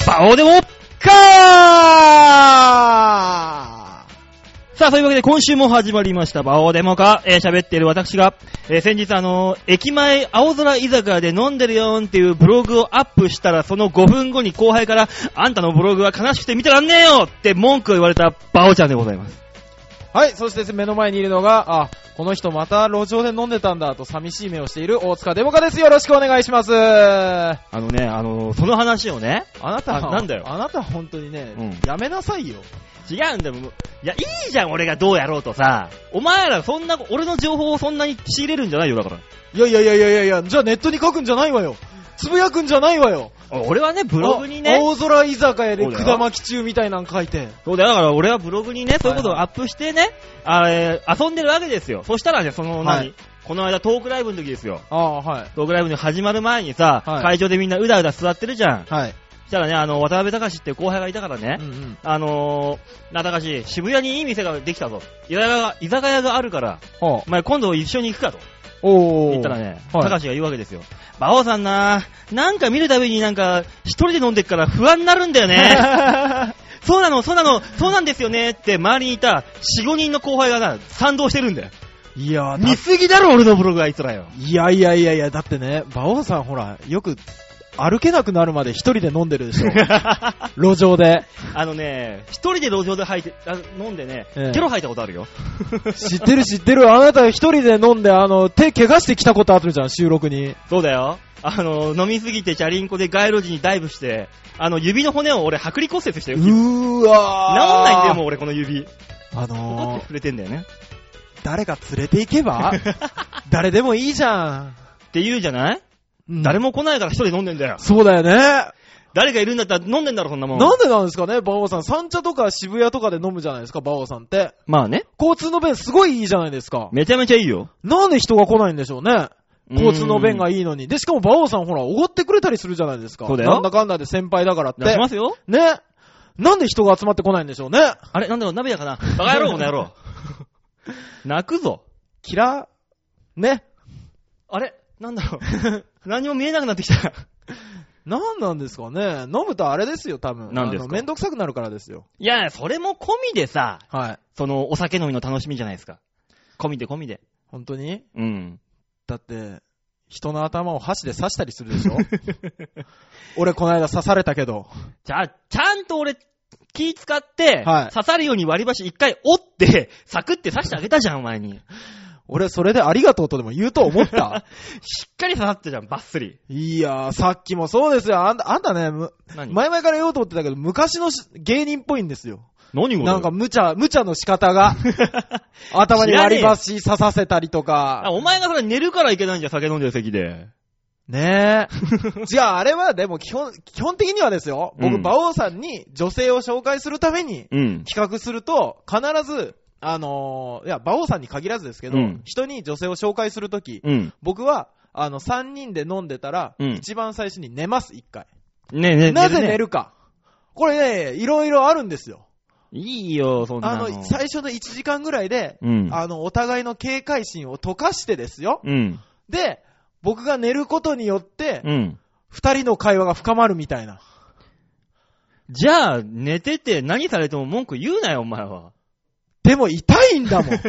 バオデモかさあ、というわけで今週も始まりましたバオデモか、喋っている私が、先日駅前青空居酒屋で飲んでるよーんっていうブログをアップしたら、その5分後に後輩から、あんたのブログは悲しくて見てらんねえよって文句を言われたバオちゃんでございます。 はい、そして目の前にいるのが、この人また路上で飲んでたんだと寂しい目をしている大塚デモカです。よろしくお願いします。 その話をね、 あなた、 なんだよ。 あなた本当にね、やめなさいよ。 違うんだよ。いや、いいじゃん、俺がどうやろうとさ。お前らそんな、俺の情報をそんなに仕入れるんじゃないよ、だから。 いや、じゃあネットに書くんじゃないわよ。つぶやくんじゃないわよ。 俺はね、ブログにね。 青空居酒屋で管巻き中みたいなの書いて。 そうだよ、だから俺はブログにね、そういうことをアップしてね、遊んでるわけですよ。そしたらね、この間トークライブの時ですよ。 はい。 トークライブに始まる前にさ、会場でみんなうだうだ座ってるじゃん。 はい。 そしたらね、渡辺隆って後輩がいたからね、隆、渋谷にいい店ができたぞ。居酒屋があるから、お前今度一緒に行くかと。言ったらね、隆が言うわけですよ。馬王さんなんか見るたびになんか一人で飲んでっから不安になるんだよね。そうなんですよねって周りにいた 4,5 人の後輩が賛同してるんだよ。 いや見すぎだろ俺のブログあいつらよ。 いや、だってね、馬王さんほら、よく、歩けなくなるまで一人で飲んでるでしょ。路上で。 一人で路上で飲んでね、ゲロ吐いたことあるよ。 知ってる。あなた一人で飲んで、手怪我してきたことあるじゃん、収録に。 そうだよ。飲みすぎてチャリンコで街路樹にダイブして、指の骨を俺、剥離骨折してよ。治んないんだよ、もう俺この指。怒ってくれてんだよね。 誰か連れて行けば誰でもいいじゃん。 って言うじゃない？誰も来ないから一人で飲んでんだよ。 そうだよね。 誰かいるんだったら飲んでんだろ、そんなもん。 なんでなんですかね、馬王さん。三茶とか渋谷とかで飲むじゃないですか、馬王さんって。 まあね。 交通の便すごいいいじゃないですか。 めちゃめちゃいいよ。 なんで人が来ないんでしょうね。交通の便がいいのに。で、しかも馬王さんほら、おごってくれたりするじゃないですか。 そうだよ。 なんだかんだで先輩だからって。 出しますよ。 ね。なんで人が集まってこないんでしょうね。 あれなんだろう、涙かな。バカ野郎、この野郎。泣くぞ。 ね。 あれなんだろう。何も見えなくなってきた。 なんなんですかね。飲むとあれですよ、多分。 なんですか。 めんどくさくなるからですよ。 いや、それも込みでさ、 はい。 お酒飲みの楽しみじゃないですか。込みで。 本当に？ うん。 だって、人の頭を箸で刺したりするでしょ。俺この間刺されたけど。 ちゃんと俺、気使って、 はい、 刺さるように割り箸一回折って、サクって刺してあげたじゃん、お前に。 俺それでありがとうとでも言うと思った。 しっかり刺さってじゃん、バッスリ。 いやー、さっきもそうですよ。あんたね、前々から言おうと思ってたけど、昔の芸人っぽいんですよ。 何がなんか無茶の仕方が。頭に割り箸刺させたりとか。 お前がそれ寝るからいけないんじゃん、酒飲んでる席で。 ねえ。違う、あれはでも基本的にはですよ。僕、馬王さんに女性を紹介するために、企画すると、必ず、いや、馬王さんに限らずですけど、人に女性を紹介するとき、僕は、3人で飲んでたら、一番最初に寝ます、1回。なぜ寝るか。これね、いろいろあるんですよ。 いいよ、そんなの。 最初の1時間ぐらいで、お互いの警戒心を溶かしてですよ。で、僕が寝ることによって、二人の会話が深まるみたいな。 じゃあ、寝てて何されても文句言うなよ、お前は。 でも痛いんだもん。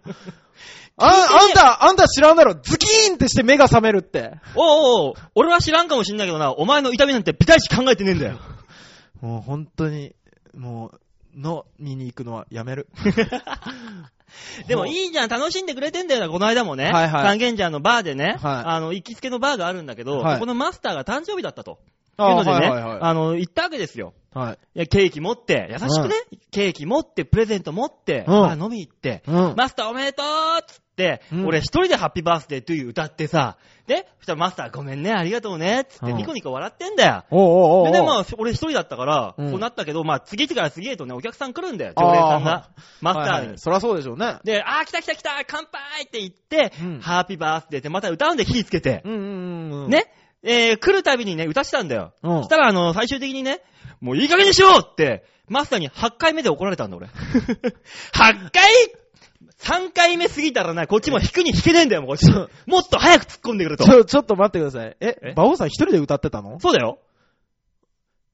あんた知らんだろ。ズキーンってして目が覚めるって。 おう、俺は知らんかもしんないけどな、お前の痛みなんてピタイチ考えてねえんだよ。 もう本当に、飲みに行くのはやめる。 でもいいじゃん、楽しんでくれてんだよな、この間もね。 はいはい。 三軒茶のバーでね、 はい、 行きつけのバーがあるんだけど、 はい、 そこのマスターが誕生日だったと。いうのでね、行ったわけですよ。 はい。 いや、ケーキ持って、優しくね、ケーキ持って、プレゼント持って、飲み行って、マスターおめでとうっつって、俺一人でハッピーバースデートゥーユー歌ってさ、で、そしたらマスターごめんね、ありがとうね、つってニコニコ笑ってんだよ。で、まあ、俺一人だったから、こうなったけど、まあ、次から次へとね、お客さん来るんだよ、常連さんが。マスターに。 そりゃそうでしょうね。 で、来た、乾杯って言って、ハッピーバースデーってまた歌うんで火つけて。ね。来るたびにね、歌ってたんだよ。そしたら最終的にね、もういい加減にしようって、マスターに8回目で怒られたんだ、俺。3回目過ぎたらな、こっちも引くに引けねえんだよ、もうこっち。もっと早く突っ込んでくると。 ちょっと待ってください。馬王さん一人で歌ってたの？ そうだよ。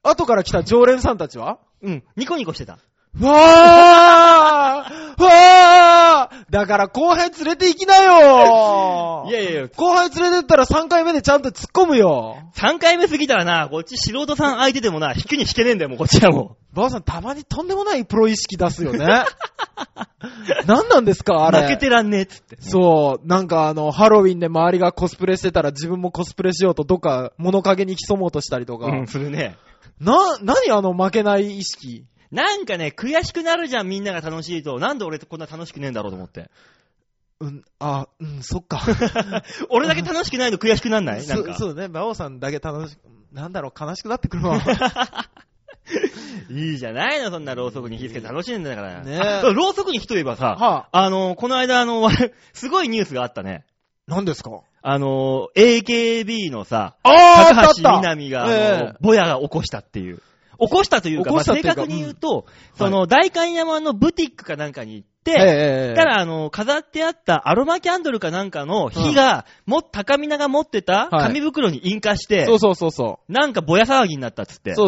後から来た常連さんたちは？ ニコニコしてた。 わーだから後輩連れて行きなよいや。 後輩連れてったら3回目でちゃんと突っ込むよ。 3回目過ぎたらな、こっち素人さん相手でもな、引くに引けねえんだよ、もうこっちはもう。バオさんたまにとんでもないプロ意識出すよね。何なんですかあれ。 負けてらんねえっつって。 そう、なんかハロウィンで周りがコスプレしてたら自分もコスプレしようとどっか物陰に潜もうとしたりとか。 するね。 何負けない意識。 なんかね、悔しくなるじゃん、みんなが楽しいと。なんで俺こんな楽しくねえんだろうと思って。 そっか。 俺だけ楽しくないの悔しくなんない？なんか。 そうね、馬王さんだけ悲しくなってくるわ。 いいじゃないの、そんなろうそくに火つけて楽しいんだから。 ねろうそくに火といえばさ、この間すごいニュースがあったね。 何ですか ？AKB のさ、高橋みなみが、ぼやが起こしたっていう。起こしたというか、正確に言うと、代官山のブティックかなんかに行って、たら、飾ってあったアロマキャンドルかなんかの火が、高見菜が持ってた紙袋に引火して、 そう。 なんかぼや騒ぎになったっつって。 そう。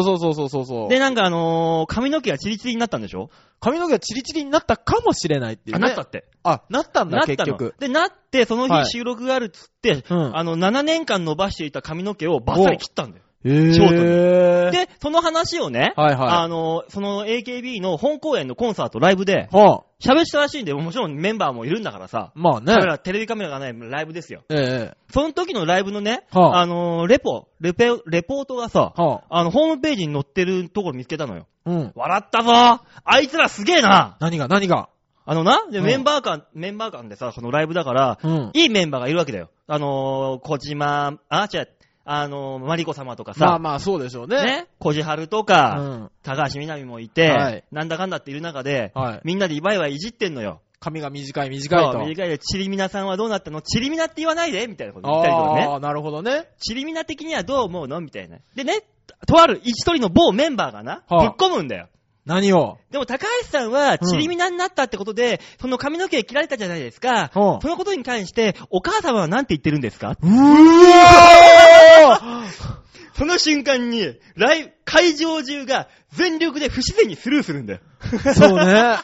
で、なんか髪の毛がチリチリになったんでしょ？ 髪の毛がチリチリになったかもしれないっていうね。 なったって。 なったんだ、結局。 で、なって、その日収録があるっつって、7年間伸ばしていた髪の毛をバッサリ切ったんだよ。ショートに。で、その話をね、その AKB の本公演のコンサート、ライブで、喋ってたらしいんで、もちろんメンバーもいるんだからさ、 まあね。 テレビカメラがないライブですよ。 その時のライブのね、レポートがさ、ホームページに載ってるところ見つけたのよ。笑ったぞあいつらすげえな何がで、メンバー間でさ、そのライブだから、いいメンバーがいるわけだよ。小島、マリコ様とかさ。 まあそうでしょうね。 小路春とか、高橋みなみもいて、なんだかんだっている中で、みんなでワイワイいじってんのよ。 髪が短いと。 短いで、チリミナさんはどうなったの？チリミナって言わないでみたいなこと言ったりとかね。 なるほどね。 チリミナ的にはどう思うのみたいな。でね、とある一人の某メンバーがな、ぶっ込むんだよ。 何を？ でも高橋さんはチリミナになったってことで、その髪の毛切られたじゃないですか。そのことに関してお母様は何て言ってるんですか？その瞬間に会場中が全力で不自然にスルーするんだよ。 そうね。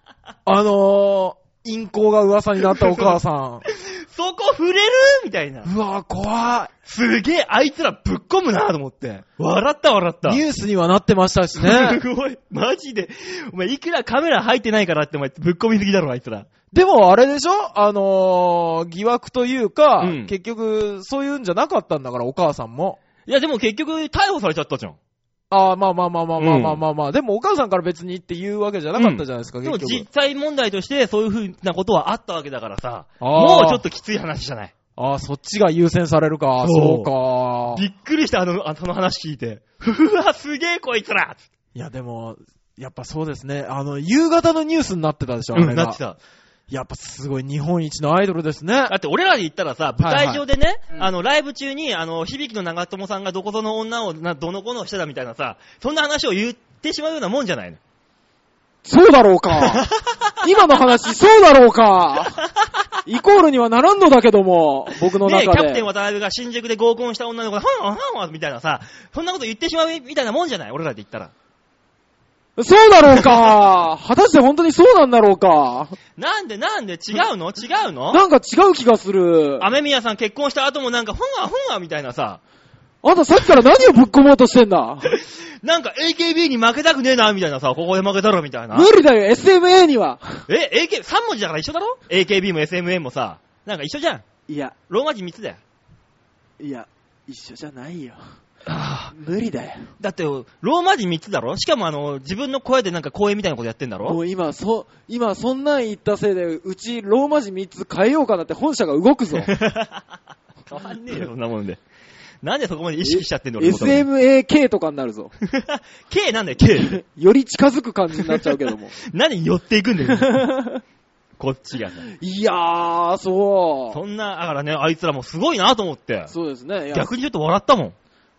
陰行が噂になったお母さん。 そこ触れるみたいな。 うわ、怖い。 すげえ、あいつらぶっ込むなと思って。笑った。 ニュースにはなってましたしね。 すごい。マジで。お前、いくらカメラ入ってないからって、お前、ぶっ込みすぎだろ、あいつら。 でも、あれでしょ？疑惑というか、結局、そういうんじゃなかったんだから、お母さんも。 いや、でも結局、逮捕されちゃったじゃん。 まあ。でもお母さんから別にって言うわけじゃなかったじゃないですか、 結局。でも実際問題としてそういう風なことはあったわけだからさ、もうちょっときつい話じゃない。 そっちが優先されるか。そうか。 びっくりした、その話聞いて。うわ、すげえこいつら。 いや、でも、やっぱそうですね。夕方のニュースになってたでしょ、あれが。 なってた。 やっぱすごい日本一のアイドルですね。 だって俺らで言ったらさ、舞台上でね、ライブ中に、響の長友さんがどこぞの女をどの子のしてたみたいなさ、そんな話を言ってしまうようなもんじゃないの。 そうだろうか。今の話、そうだろうか。イコールにはならんのだけども、僕の中で。 キャプテン渡辺が新宿で合コンした女の子が、はんみたいなさ、そんなこと言ってしまうみたいなもんじゃない、俺らで言ったら。 そうだろうか。果たして本当にそうなんだろうか。 なんで違うのなんか違う気がする。 雨宮さん結婚した後もなんか、ふんわみたいなさ。 あんたさっきから何をぶっ込もうとしてんだ。 なんか AKB に負けたくねえな、みたいなさ、ここで負けたろ、みたいな。 無理だよ、SMA には。 3文字だから一緒だろ？ AKB も SMA もさ、なんか一緒じゃん。 いや。 ローマ字3つだよ。 いや、一緒じゃないよ。無理だよ。 だって、ローマ字3つだろ？しかも自分の声でなんか公演みたいなことやってんだろ？ もう今そんなん言ったせいで、うちローマ字3つ変えようかなって本社が動くぞ。 変わんねえよ、そんなもんで。なんでそこまで意識しちゃってんの？ SMAK とかになるぞ。 K なんだよ、K。 より近づく感じになっちゃうけども。 何寄っていくんだよ。こっちがさ。 いやー、そう。 そんな、だからね、あいつらもすごいなと思って。 そうですね。 逆にちょっと笑ったもん。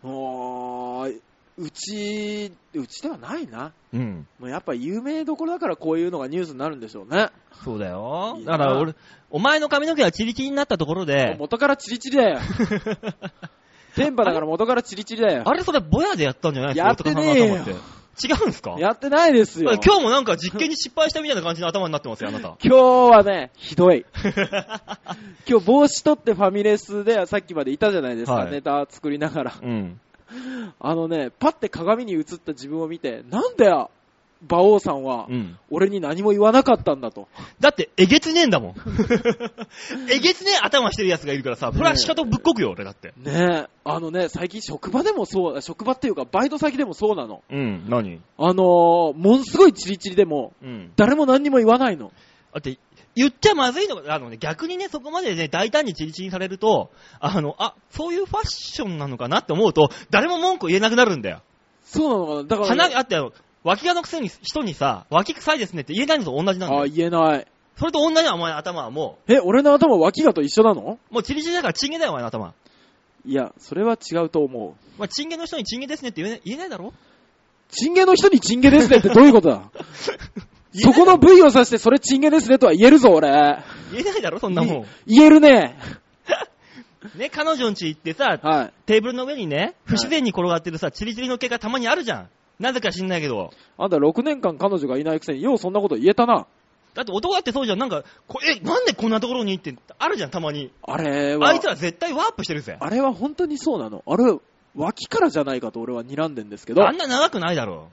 うちではないな。 もうやっぱ有名どころだからこういうのがニュースになるんでしょうね。 そうだよ。だからお前の髪の毛がチリチリになったところで。 元からチリチリだよ。 電波だから元からチリチリだよ。 あれそれボヤでやったんじゃないですか？ やってねえよ。 違うんですか？ やってないですよ。 今日もなんか実験に失敗したみたいな感じの頭になってますよ、あなた。 今日はね、ひどい。今日帽子取ってファミレスでさっきまでいたじゃないですか、はい、ネタ作りながら。うん。パッて鏡に映った自分を見て、なんだよ、馬王さんは、俺に何も言わなかったんだと。 だって、えげつねえんだもん。えげつねえ頭してる奴がいるからさ、プラシカとぶっこくよ、俺だって。 ねえ、最近職場でもそう、職場っていうか、バイト先でもそうなの。 うん、何？ ものすごいチリチリでも、誰も何にも言わないの。 だって、言っちゃまずいのが、逆にね、そこまでね、大胆にチリチリされると、そういうファッションなのかなって思うと、誰も文句言えなくなるんだよ。 そうなのかな？だから、 あって脇がのくせに人にさ、脇臭いですねって言えないのと同じなんだよ。 あ、言えない。 それと同じなお前の頭はもう。俺の頭脇がと一緒なの？ もうチリチリだからチンゲだよお前の頭。 いや、それは違うと思う。 まあ、チンゲの人にチンゲですねって言えないだろ？ チンゲの人にチンゲですねってどういうことだ？そこの部位を指してそれチンゲですねとは言えるぞ俺。 言えないだろそんなもん。 言えるね。 ね、彼女ん家行ってさ、はい、テーブルの上にね、不自然に転がってるさ、チリチリの毛がたまにあるじゃん。なぜか知んないけど。 あんた6年間彼女がいないくせにようそんなこと言えたな。 だって男だってそうじゃん。なんか、なんでこんなところにってあるじゃん、たまに。 あれは。 あいつら絶対ワープしてるぜ。 あれは本当にそうなの。あれ、脇からじゃないかと俺は睨んでんですけど。 あんな長くないだろ。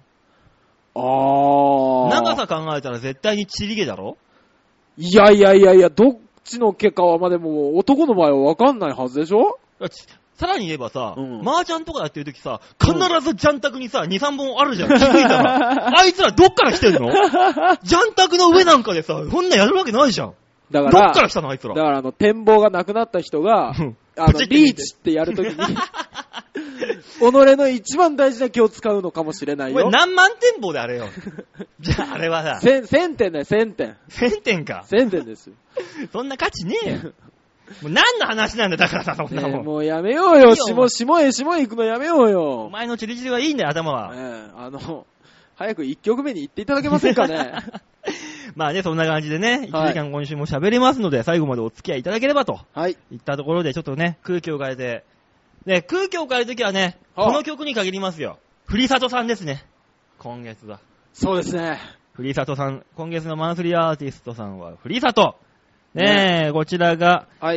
長さ考えたら絶対にチリ毛だろ。 いや、どっちの毛かはまでも男の場合は分かんないはずでしょ？ さらに言えばさ、麻雀とかやってるときさ、必ずジャンタクにさ、2、3本あるじゃん。気づいたら。あいつらどっから来てんの？ジャンタクの上なんかでさ、こんなやるわけないじゃん。 だから、 どっから来たのあいつら。 だから展望がなくなった人が、リーチってやるときに、己の一番大事な毛を使うのかもしれないよ。 何万展望であれよ。じゃああれはさ。 1000点だよ、1000点。 1000点か。 1000点ですよ。 そんな価値ねえよ。もう何の話なんだだからさ、そんなもん。 もうやめようよ。下へ行くのやめようよ。 お前のチリチリはいいんだよ、頭は。 早く1曲目に行っていただけませんかね。 まあね、そんな感じでね、1時間今週も喋りますので、最後までお付き合いいただければと。はい。いったところで、ちょっとね、空気を変えて。ね、空気を変えるときはね、この曲に限りますよ。ふりさとさんですね。今月は。 そうですね。 ふりさとさん、今月のマンスリーアーティストさんは、ふりさと。ねえ、こちらが、はい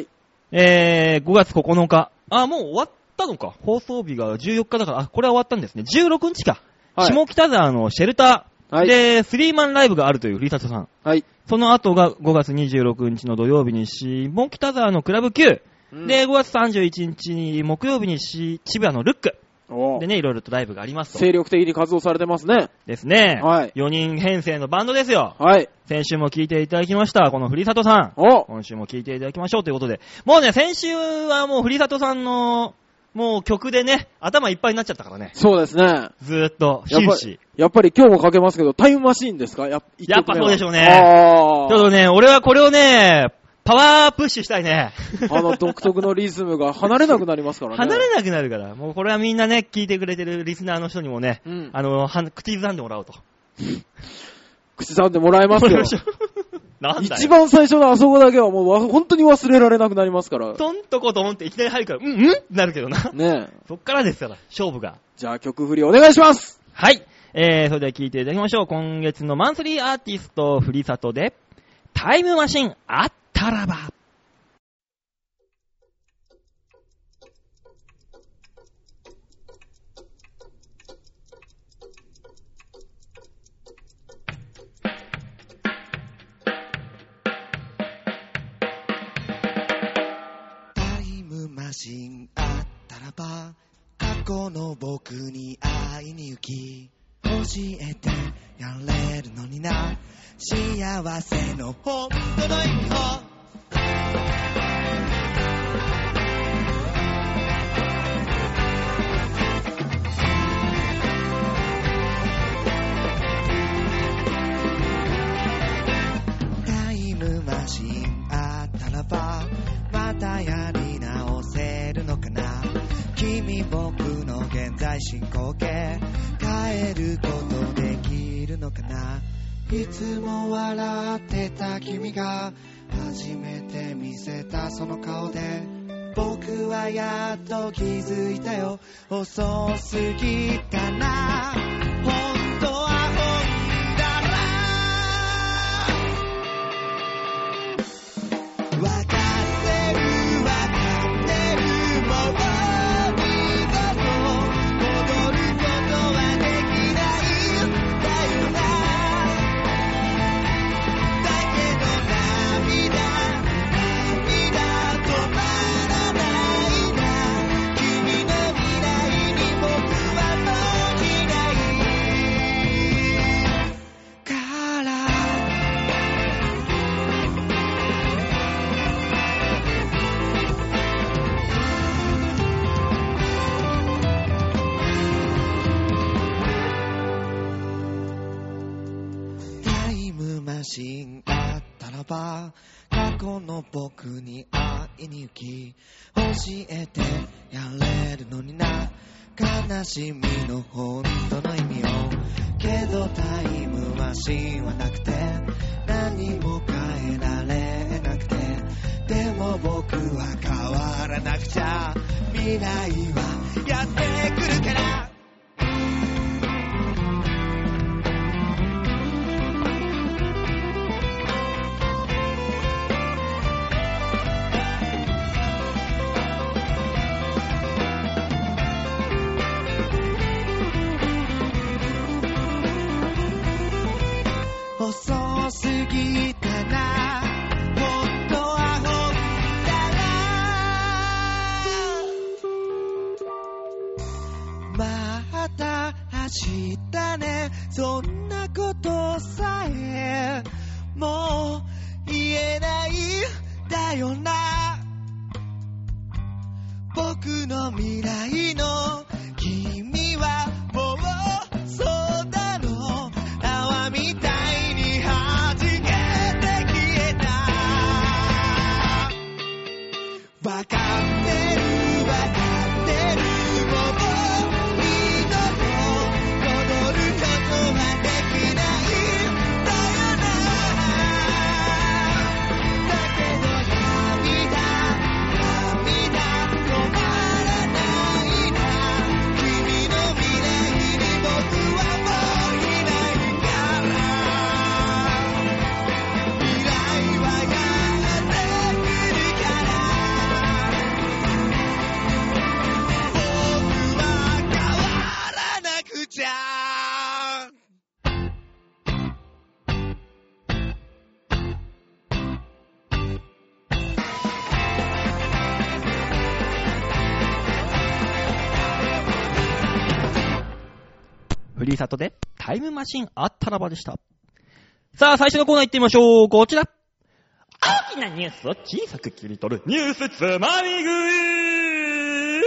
。5月9日。あ、もう終わったのか。放送日が14日だから、これは終わったんですね。16日か。はい、下北沢のシェルターで、スリーマンライブがあるというふりさとさん。はい。その後が5月26日の土曜日に下北沢のクラブ Q。で、5月31日に木曜日に渋谷のルック。でね、いろいろとライブがありますと。 精力的に活動されてますね。 ですね。はい。4人編成のバンドですよ。はい。先週も聴いていただきました。このふりさとさん。今週も聴いていただきましょうということで。もうね、先週はもうふりさとさんの、もう曲でね、頭いっぱいになっちゃったからね。 そうですね。 ずーっと、終始。 やっぱり今日もかけますけど、タイムマシーンですか？ やっぱそうでしょうね。ちょっとね、俺はこれをね、パワープッシュしたいね。 独特のリズムが離れなくなりますからね。 離れなくなるから。もうこれはみんなね、聞いてくれてるリスナーの人にもね、口ずさんでもらおうと。 口ずさんでもらえますよ。 なんだよ。 一番最初のあそこだけはもう本当に忘れられなくなりますから。 トンとことんっていきなり入るから、なるけどな。ねえ。そっからですから、勝負が。 じゃあ曲振りお願いします。 はい。それでは聴いていただきましょう。今月のマンスリーアーティスト、ふりさとで、タイムマシンあったらば。 タイムマシンあったらば、過去の僕に会いに行き、教えてやれるのにな、幸せの本当の意味を。タイムマシンあったらば、またやり直せるのかな。君僕の現在進行形変えることできるのかな。いつも笑ってた君が初めて見せたその顔で僕はやっと気づいたよ。遅すぎたな。本当は本だな。わかってるわかってる。もう二度と戻ることはできないんだよな。だけど涙止まらないな。君の未来に僕はもういないからタイムマシンあったらば過去の僕に会いに行き教えてやれるのにな。悲しみの本当の意味を。けどタイムマシンはなくて何も変えられなくて、でも僕は変わらなくちゃ。未来はやってくるから。遅すぎたな。本当は本だな。また明日ね。そんなことさえもう言えないんだよな。僕の未来の君はもうそうだろう。泡みたいに弾けて消えた。わかってるわかってる。もう二度と戻ることはできないんだよな。だけど涙止まらないな。君の未来に僕はもういないから。未来はやってくるから。僕は変わらなくちゃ。 フリーサットでタイムマシンあったらばでした。さあ、最初のコーナー行ってみましょう。こちら。大きなニュースを小さく切り取るニュースつまみ食い。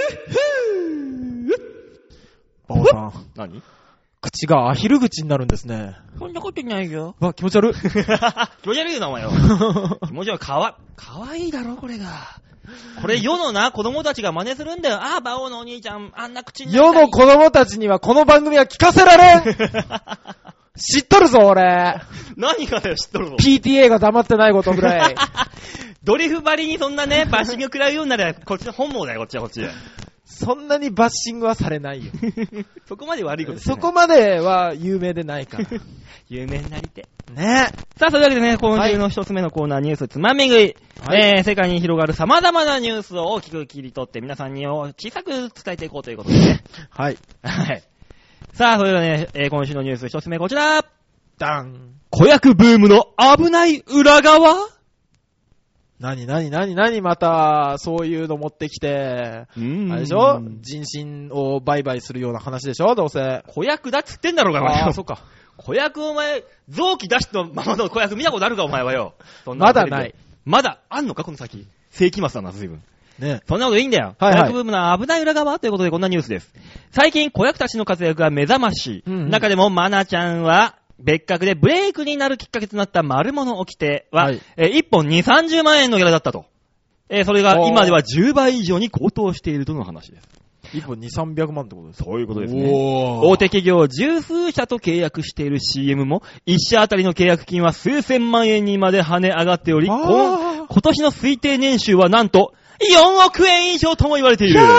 バオさん。 何？ 口がアヒル口になるんですね。 そんなことないよ。 わ、気持ち悪い。 気持ち悪いな、お前よ。気持ち悪い。かわいいだろ、これが。これ世のな、子供たちが真似するんだよ。ああ、バオのお兄ちゃん、あんな口になりたい。 世の子供たちにはこの番組は聞かせられん。知っとるぞ、俺。 何がだよ、知っとるぞ。 PTA が黙ってないことぐらい。 ドリフばりにそんなね、バッシング食らうようになれば、こっちの本望だよ、こっちはこっちで。 そんなにバッシングはされないよ。 そこまで悪いことしてない。 そこまでは有名でないから。 有名になりて。 ね。 さあ、そういうわけでね、今週の一つ目のコーナー、ニュースつまみ食い。はい、世界に広がる様々なニュースを大きく切り取って皆さんに小さく伝えていこうということでね。 はい。 はい。さあ、それではね、今週のニュース一つ目こちら。 ダン。 子役ブームの危ない裏側？ なにまた、そういうの持ってきて、あれでしょ？人身を売買するような話でしょ？どうせ。 子役だっつってんだろうが、お前。 ああ、そっか。 子役お前、臓器出しのままの子役見たことあるか、お前はよ。 まだない。 まだ、あんのか、この先。世紀末だな、随分。 ね。 そんなこといいんだよ。 はいはい、 子役ブームの危ない裏側ということでこんなニュースです。最近子役たちの活躍が目覚ましい。中でもマナちゃんは、別格でブレイクになるきっかけとなった丸物起きては、1本2、30万円のギャラだったと。それが今では10倍以上に高騰しているとの話です。 1本2、300万ってことですか？ そういうことですね。大手企業十数社と契約している CM も、1社あたりの契約金は数千万円にまで跳ね上がっており、今年の推定年収はなんと 4億円以上とも言われている。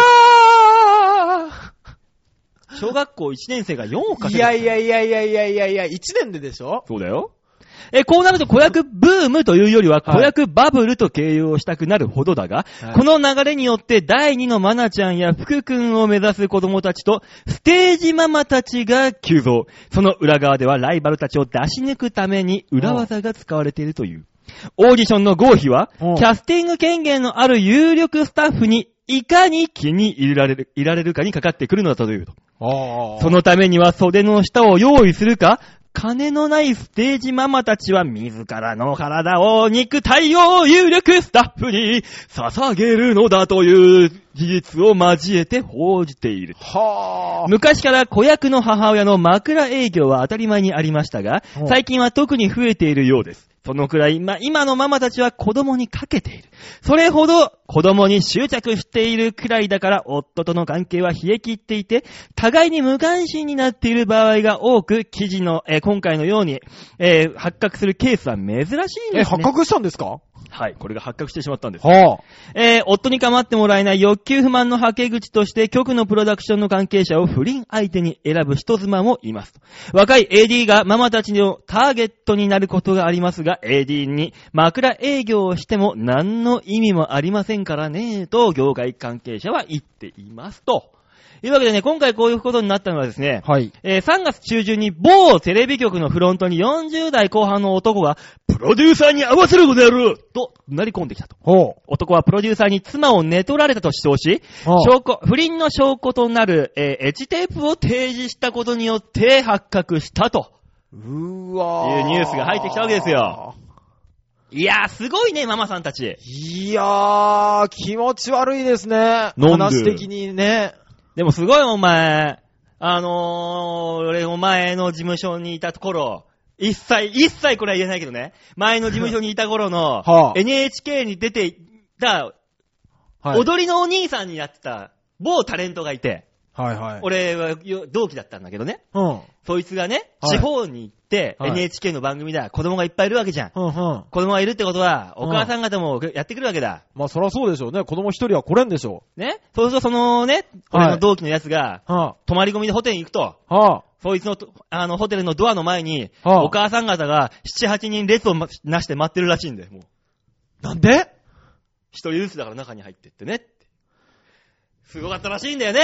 小学校1年生が4億稼ぐ。 いや、1年ででしょ？ そうだよ。こうなると子役ブームというよりは子役バブルと形容したくなるほどだが、はい、この流れによって第2のマナちゃんや福くんを目指す子供たちとステージママたちが急増。その裏側ではライバルたちを出し抜くために裏技が使われているという。オーディションの合否は、キャスティング権限のある有力スタッフにいかに気に入られるかにかかってくるのだというと。そのためには袖の下を用意するか、金のないステージママたちは自らの体を肉体を有力スタッフに捧げるのだという事実を交えて報じている。昔から子役の母親の枕営業は当たり前にありましたが、最近は特に増えているようです。そのくらい、今のママたちは子供にかけている。それほど子供に執着しているくらいだから、夫との関係は冷え切っていて、互いに無関心になっている場合が多く、記事の、今回のように、発覚するケースは珍しいんですね。 発覚したんですか？ はい、これが発覚してしまったんです。 はあ、夫に構ってもらえない欲求不満のはけ口として局のプロダクションの関係者を不倫相手に選ぶ人妻もいます。若い AD がママたちのターゲットになることがありますが、AD に枕営業をしても何の意味もありませんからね、と業界関係者は言っていますと。いうわけでね、今回こういうことになったのはですね、 はい。 3月中旬に某テレビ局のフロントに40代後半の男が、プロデューサーに合わせることやると、なり込んできたと。男はプロデューサーに妻を寝取られたと主張し、不倫の証拠となる、エッジテープを提示したことによって発覚したと。 うわー。 いうニュースが入ってきたわけですよ。いやー、すごいね、ママさんたち。 いやー、気持ち悪いですね。話的にね。 でもすごいお前、俺お前の事務所にいた頃、一切これは言えないけどね、前の事務所にいた頃の、NHK に出ていた、踊りのお兄さんになってた某タレントがいて、 はいはい。 俺は同期だったんだけどね。 うん。 そいつがね、地方に行って、NHK の番組で子供がいっぱいいるわけじゃん。 うんうん。 子供がいるってことは、お母さん方もやってくるわけだ。 まあそりゃそうでしょうね。子供一人は来れんでしょう。ね。そうするとそのね、俺の同期のやつが、泊まり込みでホテルに行くと、そいつの、ホテルのドアの前に、お母さん方が7、8人列をなして待ってるらしいんだよ、もう。 なんで？ 一人ずつだから中に入ってってね。すごかったらしいんだよね。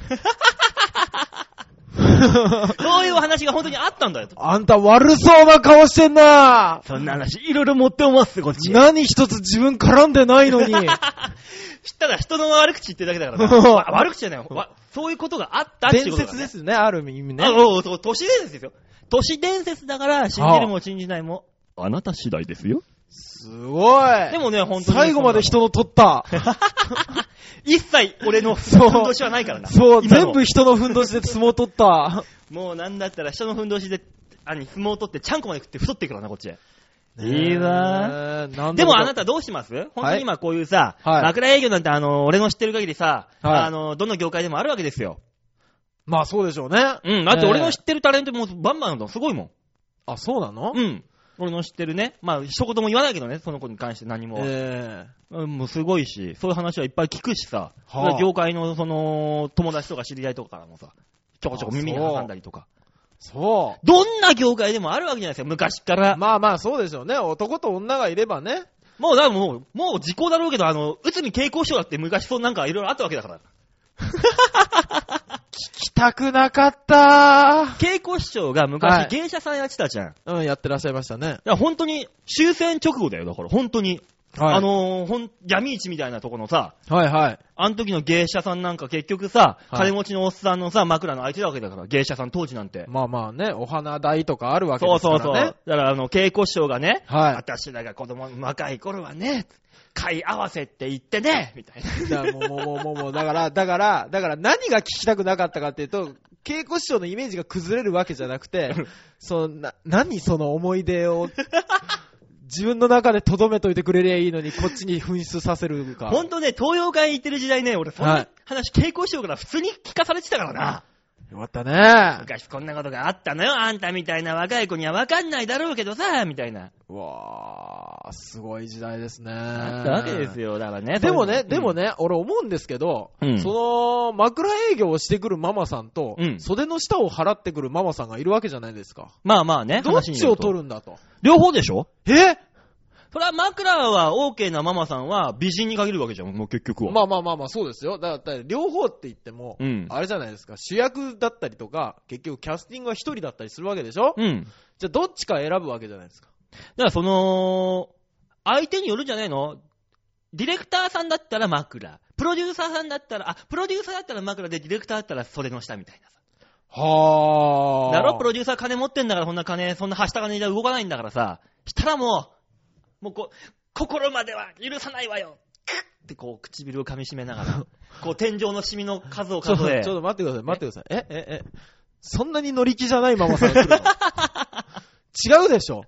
そういう話が本当にあったんだよ。 あんた悪そうな顔してんな。 そんな話いろいろ持っておますこっち。 何一つ自分絡んでないのに。知ったら人の悪口言ってるだけだからな。悪口じゃないよ。そういうことがあったっていうことだ、ね。伝説ですね、ある意味ね。 そう、都市伝説ですよ。都市伝説だから信じるも信じないもあなた次第ですよ。 すごい。 でもね、本当に。 最後まで人の取った。 一切俺のふんどしはないからな。 そう、全部人のふんどしで相撲取った。 もうなんだったら人のふんどしで、相撲取ってちゃんこまで食って太っていくからな、こっちへ。いいわー。でもあなたどうします？本当に今こういうさ、枕営業なんて俺の知ってる限りさ、どの業界でもあるわけですよ。 まあそうでしょうね。 うん、だって俺の知ってるタレントもバンバンなんだ、すごいもん。 あ、そうなの？ うん。俺の知ってるね。まあ、一言も言わないけどね、その子に関して何も。もうすごいし、そういう話はいっぱい聞くしさ、業界のその、友達とか知り合いとかからもさ、ちょこちょこ耳に挟んだりとか。 そう。 どんな業界でもあるわけじゃないですか、昔から。 まあまあ、そうでしょうね。男と女がいればね。 もう、だからもう時効だろうけど、内海恵子師匠だって昔そうなんかいろいろあったわけだから。 聞きたくなかったー。恵子師匠が昔芸者さんやってたじゃん。 うん、やってらっしゃいましたね。 いや、本当に、終戦直後だよ、だから、本当に。闇市みたいなとこのさ、 はいはい。 あの時の芸者さんなんか結局さ、金持ちのおっさんのさ、枕の相手だわけだから、芸者さん当時なんて。 まあまあね、お花代とかあるわけですからね。そう。 だから恵子師匠がね、私らが子供若い頃はね、買い合わせって言ってね、みたいな。 もう、だから何が聞きたくなかったかっていうと、恵子師匠のイメージが崩れるわけじゃなくて、何その思い出を、自分の中で留めといてくれりゃいいのに、こっちに噴出させるか。 ほんとね、東洋館行ってる時代ね、俺そんな話、恵子師匠から普通に聞かされてたからな。 よかったね。 昔こんなことがあったのよ。あんたみたいな若い子には分かんないだろうけどさ、みたいな。 うわー、すごい時代ですね。 あったわけですよ。だからね。 でもね、俺思うんですけど、その、枕営業をしてくるママさんと、袖の下を払ってくるママさんがいるわけじゃないですか。 まあまあね。 どっちを取るんだと。 両方でしょ？ それは枕は OK なママさんは美人に限るわけじゃん、もう結局は。 まあ、そうですよ。だから両方って言っても、あれじゃないですか、主役だったりとか、結局キャスティングは一人だったりするわけでしょ？じゃあどっちか選ぶわけじゃないですか。 だから相手によるんじゃないの？ディレクターさんだったら枕。プロデューサーさんだったら、プロデューサーだったら枕で、ディレクターだったら袖の下みたいなさ。 はー。 だろ？プロデューサー金持ってんだから、そんなはした金じゃ動かないんだからさ。したらもう心までは許さないわよ。クッって唇を噛み締めながら、天井のシミの数を数え。 ちょっと待ってください。そんなに乗り気じゃないママさんが来るの？違うでしょ。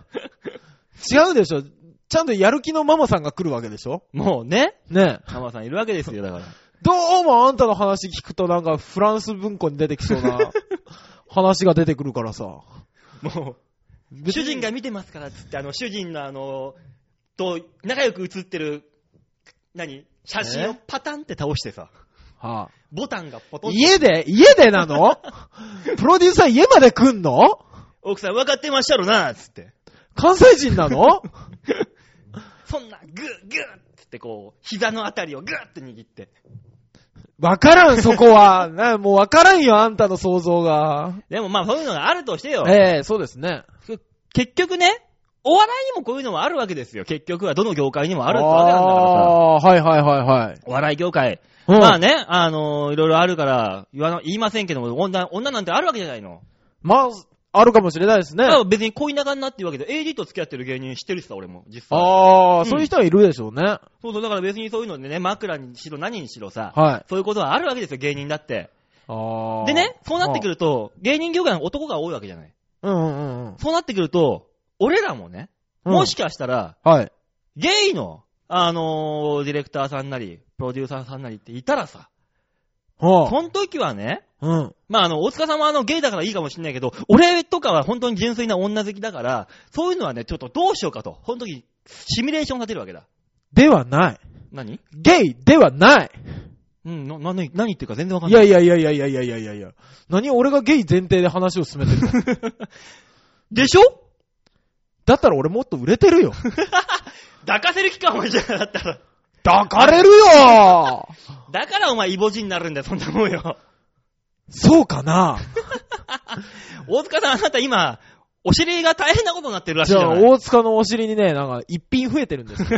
ちゃんとやる気のママさんが来るわけでしょ？ もうね。 ね。 ママさんいるわけですよ、だから。 どうもあんたの話聞くとなんかフランス文庫に出てきそうな話が出てくるからさ。 もう、主人が見てますからっつって、主人のと仲良く写ってる、写真をパタンって倒してさ。 はあ、 ボタンがポトン。 家でなの？プロデューサー家まで来んの？ 奥さん分かってまっしゃろな、つって。 関西人なの？ そんな、グーつって膝のあたりをグーって握って。 わからん、そこは。もうわからんよ、あんたの想像が。 でもまあそういうのがあるとしてよ。 そうですね。 結局ね、お笑いにもこういうのはあるわけですよ。結局はどの業界にもあるってわけなんだからさ。はい。お笑い業界。まあね、いろいろあるから言いませんけども、女なんてあるわけじゃないの。 まあ、あるかもしれないですね。 別に恋仲になっていうわけで、AD と付き合ってる芸人知ってるしさ、俺も、実際。 そういう人はいるでしょうね。 そう、だから別にそういうのでね、枕にしろ何にしろさ、そういうことはあるわけですよ、芸人だって。でね、そうなってくると、芸人業界の男が多いわけじゃない。そうなってくると、俺らもね、もしかしたら、ゲイの、ディレクターさんなり、プロデューサーさんなりっていたらさ、その時はね、まあ大塚さんはゲイだからいいかもしれないけど、俺とかは本当に純粋な女好きだから、そういうのはね、ちょっとどうしようかと、本当にシミュレーション立てるわけだ。 ではない。 何？ ゲイではない。 何言ってるか全然わかんない。 いや。何俺がゲイ前提で話を進めてるの？ でしょ？ だったら俺もっと売れてるよ。 抱かせる気かお前じゃなかったら。 抱かれるよ。 だからお前イボジになるんだよ、そんなもんよ。 そうかな。 大塚さん、あなた今、お尻が大変なことになってるらしいじゃない。 じゃあ大塚のお尻にね、なんか一品増えてるんですよ。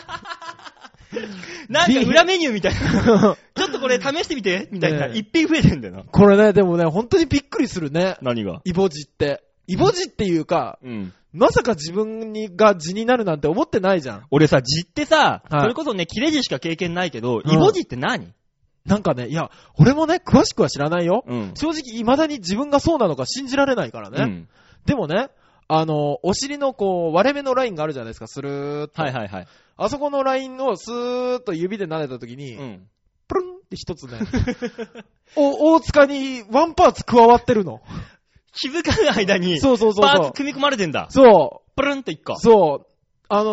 なんか裏メニューみたいな。ちょっとこれ試してみてみたいな。一品増えてるんだよな。 これね、でもね、本当にびっくりするね。 何が？ イボジって。イボジっていうか、まさか自分が字になるなんて思ってないじゃん。 俺さ、字ってさ、それこそね、切れ字しか経験ないけど、イボジって何？ なんかね、いや、俺もね、詳しくは知らないよ。正直、未だに自分がそうなのか信じられないからね。でもね、お尻の割れ目のラインがあるじゃないですか、スルーっと。あそこのラインをスーッと指で撫でたときに、プルンって一つね、大塚にワンパーツ加わってるの。 気づかない間に、 そう。 パーツ組み込まれてんだ。 そう。 プルンと一個。 そう。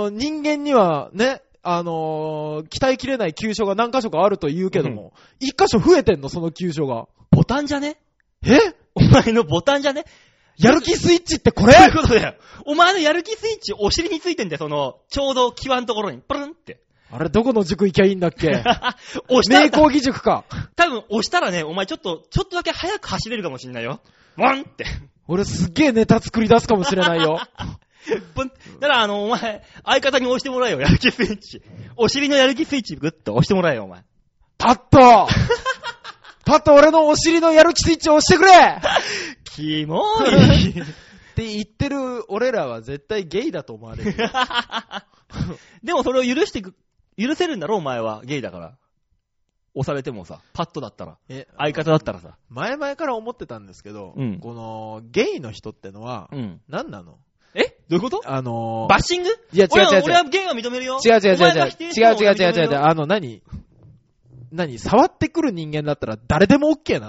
人間にはね、鍛えきれない急所が何箇所かあると言うけども、一箇所増えてんの、その急所が。 ボタンじゃね？お前のボタンじゃね？ やる気スイッチってこれ？ そういうことだよ。お前のやる気スイッチ、お尻についてんだよ、ちょうど際のところに、プルンって。 あれ、どこの塾行きゃいいんだっけ？ 押したら。 名工義塾か。 多分、押したらね、お前ちょっとだけ早く走れるかもしんないよ。ワンって。 俺すっげえネタ作り出すかもしれないよ。 だからお前、相方に押してもらえよ、やる気スイッチ。お尻のやる気スイッチグッと押してもらえよ、お前。 パッと俺のお尻のやる気スイッチを押してくれ。 キモい。 って言ってる俺らは絶対ゲイだと思われる。 でもそれを許せるんだろ、お前は。ゲイだから。押されてもさ、パッとだったら。相方だったらさ。 前々から思ってたんですけど、このゲイの人ってのは、何なの？ どういうこと？バッシング？ いや、違う。 俺はゲイは認めるよ。 違う。何触ってくる人間だったら誰でも OK なの？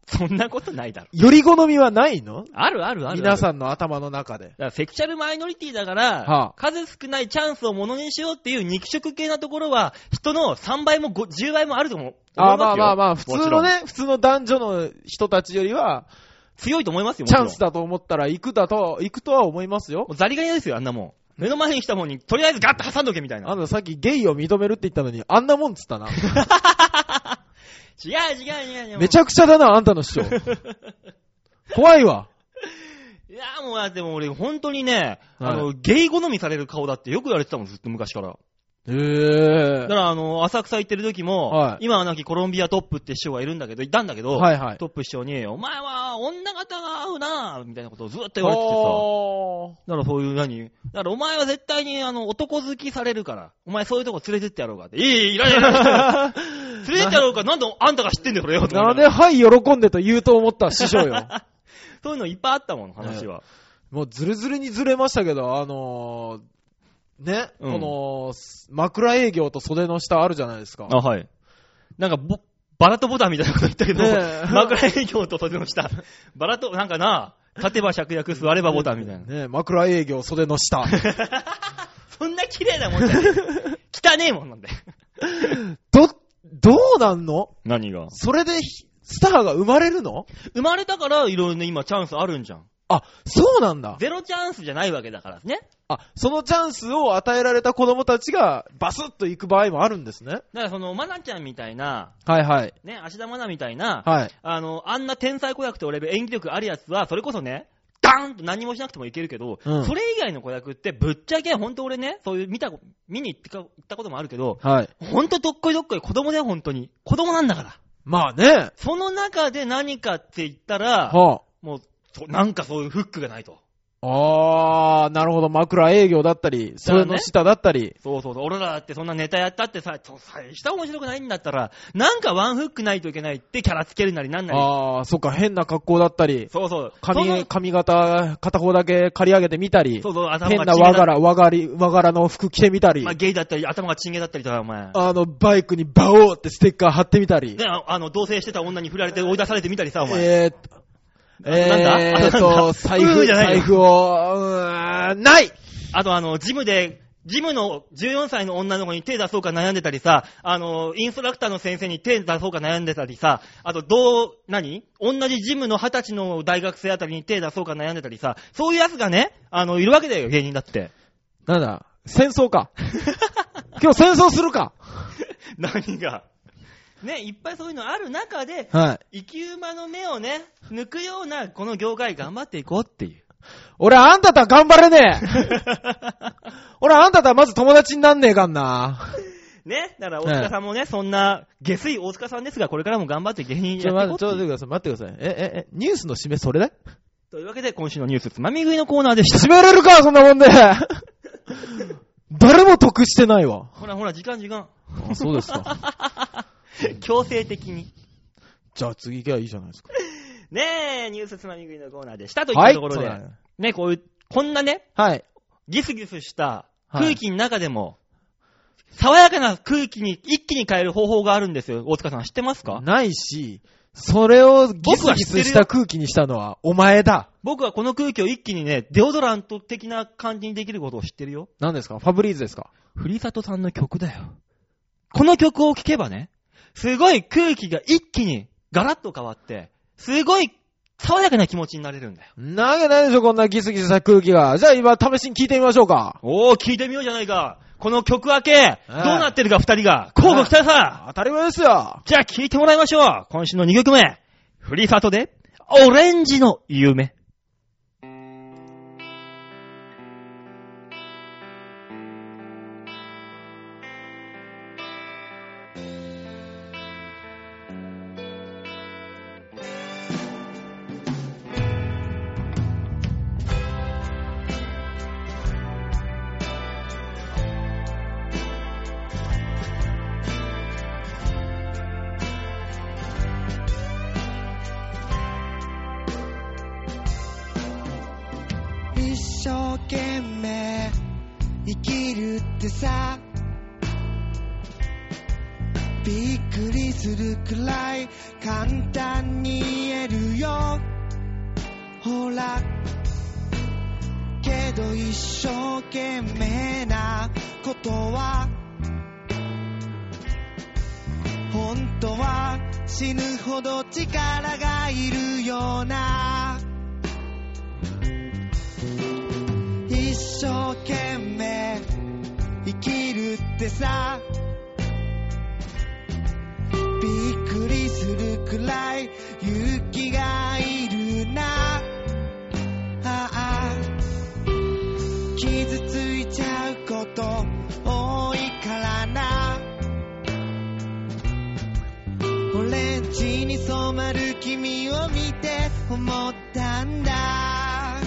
そんなことないだろ。 より好みはないの？ あるあるある。 皆さんの頭の中で。 だからセクシャルマイノリティだから、数少ないチャンスをものにしようっていう肉食系なところは、人の3倍も10倍もあると思う。 まあ、普通のね、普通の男女の人たちよりは、 強いと思いますよ、 チャンスだと思ったら行くとは思いますよ。 もうザリガニですよ、あんなもん。目の前に来たもんに、とりあえずガッと挟んどけみたいな。 あんたさっきゲイを認めるって言ったのに、あんなもんつったな。 違う。 めちゃくちゃだな、あんたの主張。怖いわ。 いやもうでも俺本当にね、ゲイ好みされる顔だってよく言われてたもん、ずっと昔から。だから浅草行ってる時も、今はなきコロンビアトップって師匠がいたんだけど、トップ師匠に、お前は女型が合うなみたいなことをずっと言われててさ。だからそういうだからお前は絶対に男好きされるから、お前そういうとこ連れてってやろうかって。いらない。連れてってやろうか、なんであんたが知ってんだよ、これよ。 なんで喜んでと言うと思った師匠よ。 そういうのいっぱいあったもん、話は。 もうずるずるにずれましたけど、ね、この、枕営業と袖の下あるじゃないですか。 はい。なんかバラとボタンみたいなこと言ったけど、枕営業と袖の下。バラと、なんかな、立てば芍薬、座ればボタンみたいな。 ね、枕営業袖の下。 そんな綺麗なもんじゃねえ。汚ねえもんなんで。 どうなんの？ 何が？ それで、スターが生まれるの？ 生まれたから、いろいろね、今チャンスあるんじゃん。 あ、そうなんだ。 ゼロチャンスじゃないわけだからね。 そのチャンスを与えられた子供たちがバスッと行く場合もあるんですね。 だからマナちゃんみたいな、ね、芦田愛菜みたいな、あんな天才子役と俺演技力あるやつは、それこそね、ダーンと何もしなくてもいけるけど、それ以外の子役ってぶっちゃけ本当俺ね、そういう見に行ったこともあるけど、本当どっこいどっこい子供だよ、本当に。子供なんだから。 まあね。 その中で何かって言ったら、もう、なんかそういうフックがないと。 なるほど。枕営業だったり、袖の下だったり。 そう。俺らだってそんなネタやったってさ、下面白くないんだったら、なんかワンフックないといけないってキャラつけるなりなんなり。 そっか。変な格好だったり。 そう。 髪型、片方だけ刈り上げてみたり。 頭が変な和柄の服着てみたり。 ゲイだったり、頭がチンゲだったりとか、お前。 バイクにバオーってステッカー貼ってみたり。 ね、同棲してた女に振られて追い出されてみたりさ、お前。 財布を、ない！ あとジムの14歳の女の子に手出そうか悩んでたりさ、インストラクターの先生に手出そうか悩んでたりさ、あと同じジムの20歳の大学生あたりに手出そうか悩んでたりさ、そういうやつがね、いるわけだよ、芸人だって。 なんだ、戦争か。今日戦争するか。 何がね、いっぱいそういうのある中で、生き馬の目をね、抜くようなこの業界頑張っていこうっていう。 俺あんたとは頑張れねえ。俺あんたとはまず友達になんねえかんな。 ね、だから大塚さんもね、そんな下水大塚さんですが、これからも頑張って芸人やっていこうっていう。 待ってください。ニュースの締めそれだ？ というわけで今週のニュースつまみ食いのコーナーでした。 締めれるかそんなもんで。誰も得してないわ。 ほら時間。 そうですか。 強制的に。 じゃあ次行けばいいじゃないですか。 ねえ、ニュースつまみ食いのコーナーでしたというところで、ね、こんなね、ギスギスした空気の中でも、爽やかな空気に一気に変える方法があるんですよ。大塚さん知ってますか？ ないし、それをギスギスした空気にしたのはお前だ。 僕はこの空気を一気にね、デオドラント的な感じにできることを知ってるよ。 何ですか？ファブリーズですか？ ふりさとさんの曲だよ。この曲を聴けばね、すごい空気が一気にガラッと変わって、すごい爽やかな気持ちになれるんだよ。 なわけないでしょ、こんなギスギスした空気が。じゃあ今試しに聞いてみましょうか。 聞いてみようじゃないか。この曲明け、どうなってるか二人が、交互期待さ。 当たり前ですよ。 じゃあ聞いてもらいましょう。今週の2曲目。ふりさとで、オレンジの夢。 一生懸命生きるってさびっくりするくらい簡単に言えるよほらけど一生懸命なことは本当は死ぬほど力がいるような一生懸命生きるってさびっくりするくらい勇気がいるな傷ついちゃうこと多いからなオレンジに染まる君を見て思ったんだ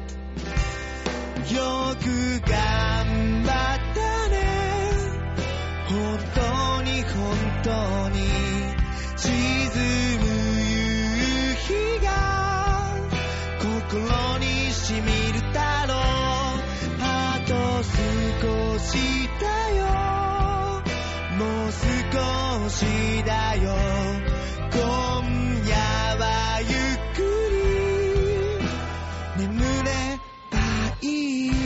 よく頑張ったね本当に本当に沈む夕日が心にしみるだろうあと少しだよもう少しだよ今夜はゆっくり眠ればいい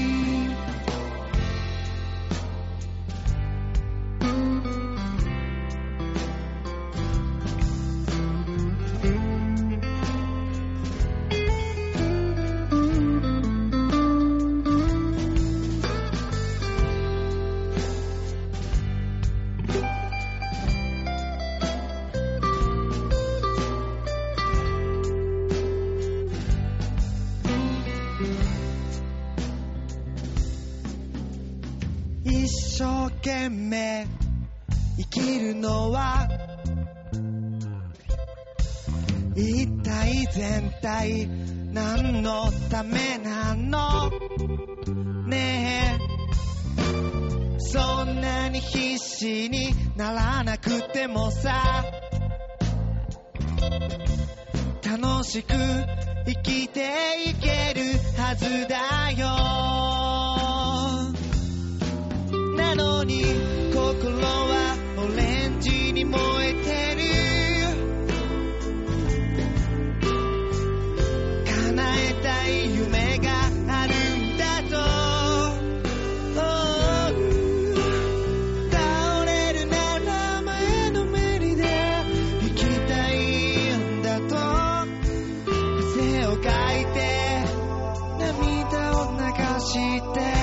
一生懸命生きるのは一体全体何のためなのねえそんなに必死にならなくてもさ楽しく生きていけるはずだよなのに心はオレンジに燃えてる叶えたい夢があるんだと倒れるなら前のめりで生きたいんだと汗をかいて涙を流して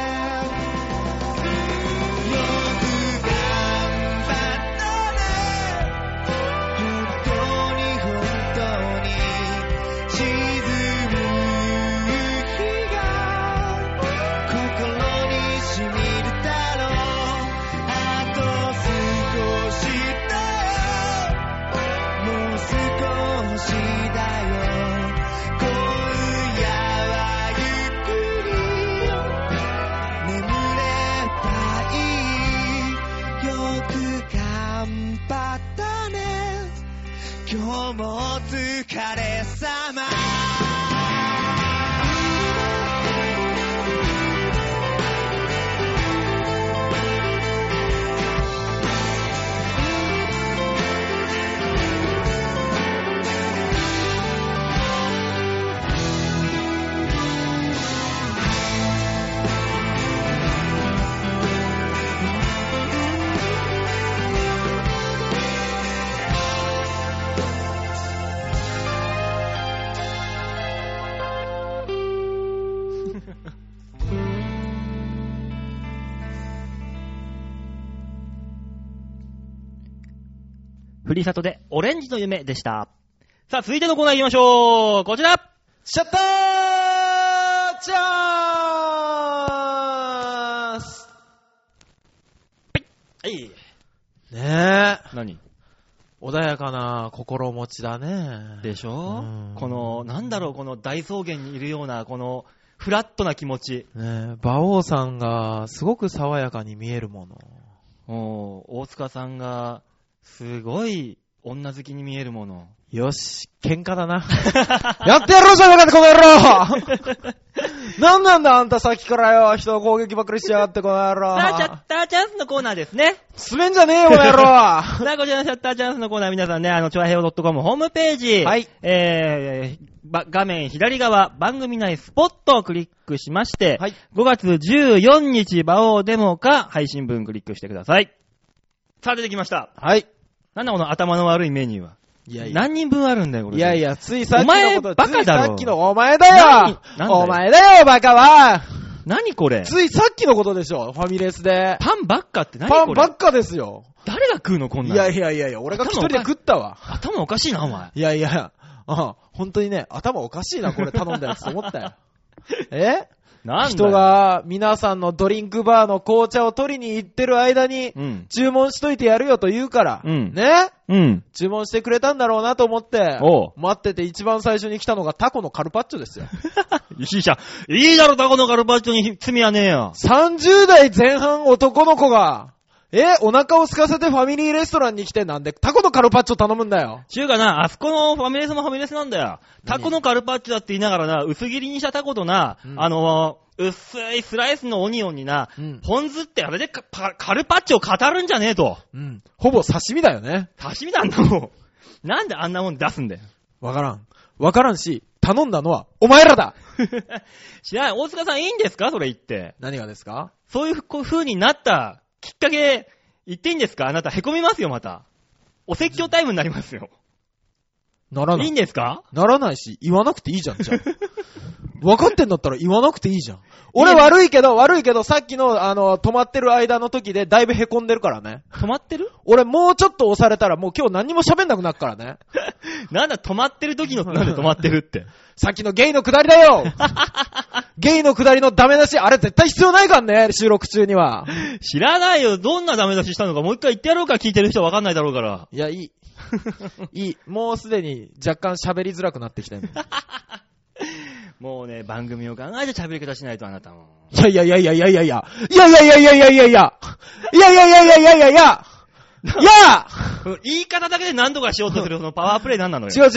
今日もお疲れ様ふりさとでオレンジの夢でした。さあ続いてのコーナー行きましょう。こちらシャッターチャンスはい。 ねえ。 何穏やかな心持ちだね。 でしょ、この、なんだろう、この大草原にいるような、この、フラットな気持ち。 ねえ、馬王さんがすごく爽やかに見えるもの。大塚さんが、すごい女好きに見えるもの。 よし、喧嘩だな。やってやろうじゃなかった、この野郎なんなんだあんたさっきからよ、人の攻撃ばっかりしやがってこの野郎。 さあ、シャッターチャンスのコーナーですね。 滑んじゃねえよ、この野郎。 さあ、こちらのシャッターチャンスのコーナー、皆さんね、ちょあへお .com ホームページ、 はい。 画面左側、番組内スポットをクリックしまして、 はい。 5月14日、馬王デモか、配信分クリックしてください。さあ、出てきました。 はい。 なんだこの頭の悪いメニューは。 いやいや。 何人分あるんだよ、これ。 いやいや、ついさっきのこと。 お前バカだろ。 ついさっきのお前だよ。お前だよ、バカは。 何これ。 ついさっきのことでしょ、ファミレスで。 パンばっかって何これ。 パンばっかですよ。 誰が食うの、こんなの。 いや、俺が一人で食ったわ。 頭おかしいな、お前。 いや、本当にね、頭おかしいな、これ頼んだやつと思ったよ。なんだ人が皆さんのドリンクバーの紅茶を取りに行ってる間に、注文しといてやるよと言うから、ね、注文してくれたんだろうなと思って、待ってて一番最初に来たのがタコのカルパッチョですよ。いいだろ、タコのカルパッチョに罪はねえよ。30代前半男の子が、お腹を空かせてファミリーレストランに来てなんでタコのカルパッチョ頼むんだよ。ちゅうかな、あそこのファミレスもファミレスなんだよ。タコのカルパッチョだって言いながらな、薄切りにしたタコとな、薄いスライスのオニオンにな、ポン酢ってあれでカルパッチョを語るんじゃねえと。ほぼ刺身だよね。刺身なんだもん。なんであんなもん出すんだよ。わからんし、頼んだのはお前らだ。知らない。大塚さんいいんですかそれ言って。何がですか？そういう風になったきっかけ言っていいんですか？あなた凹みますよ、また。お説教タイムになりますよ。ならない。いいんですか？ならないし、言わなくていいじゃん、じゃあ。分かってんだったら言わなくていいじゃん。俺悪いけど、さっきの、止まってる間の時でだいぶ凹んでるからね。止まってる？俺もうちょっと押されたらもう今日何も喋んなくなるからね。なんだ、止まってる時の、なんで止まってるって。さっきのゲイの下りだよ。ゲイの下りのダメ出し、あれ絶対必要ないからね、収録中には。知らないよ。どんなダメ出ししたのかもう一回言ってやろうか、聞いてる人は分かんないだろうから。いや、いい。いい。もうすでに若干喋りづらくなってきたよ。もうね、番組を考えて喋り方しないとあなたも。いや。言い方だけで何とかしようとするそのパワープレイなんなのよ。違う。違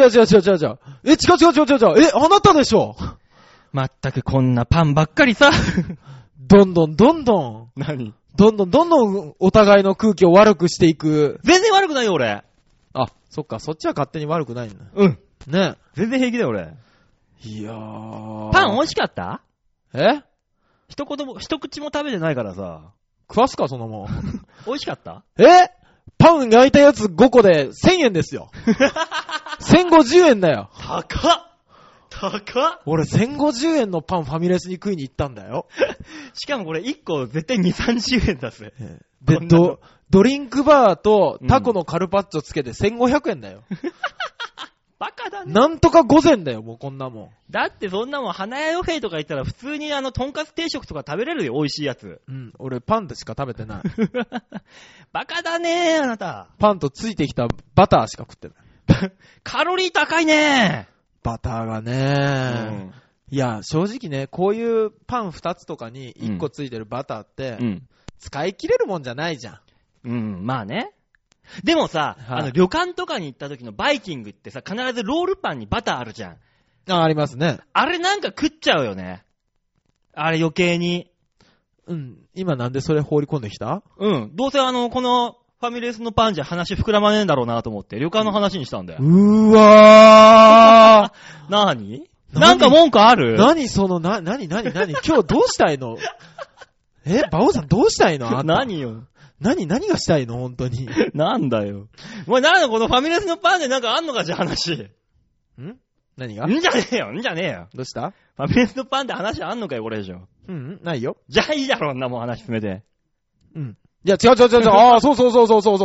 う。あなたでしょ。まったくこんなパンばっかりさ。どんどん。何？どんどんお互いの空気を悪くしていく。全然悪くないよ、俺。あ、そっか、そっちは勝手に悪くないんだ。うん。ね。全然平気だよ、俺。いやー。パン美味しかった？一口も食べてないからさ。食わすか、そのもん。美味しかった？パン焼いたやつ5個で1000円ですよ。1050円だよ。高っ。俺1050円のパンファミレスに食いに行ったんだよ。しかもこれ1個絶対2、30円だぜ。で、ドリンクバーとタコのカルパッチョつけて1500円だよ。バカだね。なんとか午前だよ、もうこんなもん。だってそんなもん、花屋ヨフェイとか行ったら普通にとんかつ定食とか食べれるよ、美味しいやつ。うん、俺パンでしか食べてない。バカだねー、あなた。パンとついてきたバターしか食ってない。カロリー高いねー。バターがね、いや、正直ね、こういうパン2つとかに1個ついてるバターって、使い切れるもんじゃないじゃん。まあね。でもさ、旅館とかに行った時のバイキングってさ、必ずロールパンにバターあるじゃん。ありますね。あれなんか食っちゃうよね。あれ余計に。今なんでそれ放り込んできた？どうせこの、ファミレスのパンじゃ話膨らまねえんだろうなと思って、旅館の話にしたんだよ。うわー。何？なんか文句ある？何今日どうしたいの？馬王さんどうしたいの？何よ。何がしたいの本当に。なんだよ。お前なんだこのファミレスのパンでなんかあんのかじゃあ話。何が？んじゃねえよ。どうした？ファミレスのパンで話あんのかよ、これ以上。ないよ。じゃあいいだろ、んなもん話進めて。いや、違う。ああ、そう。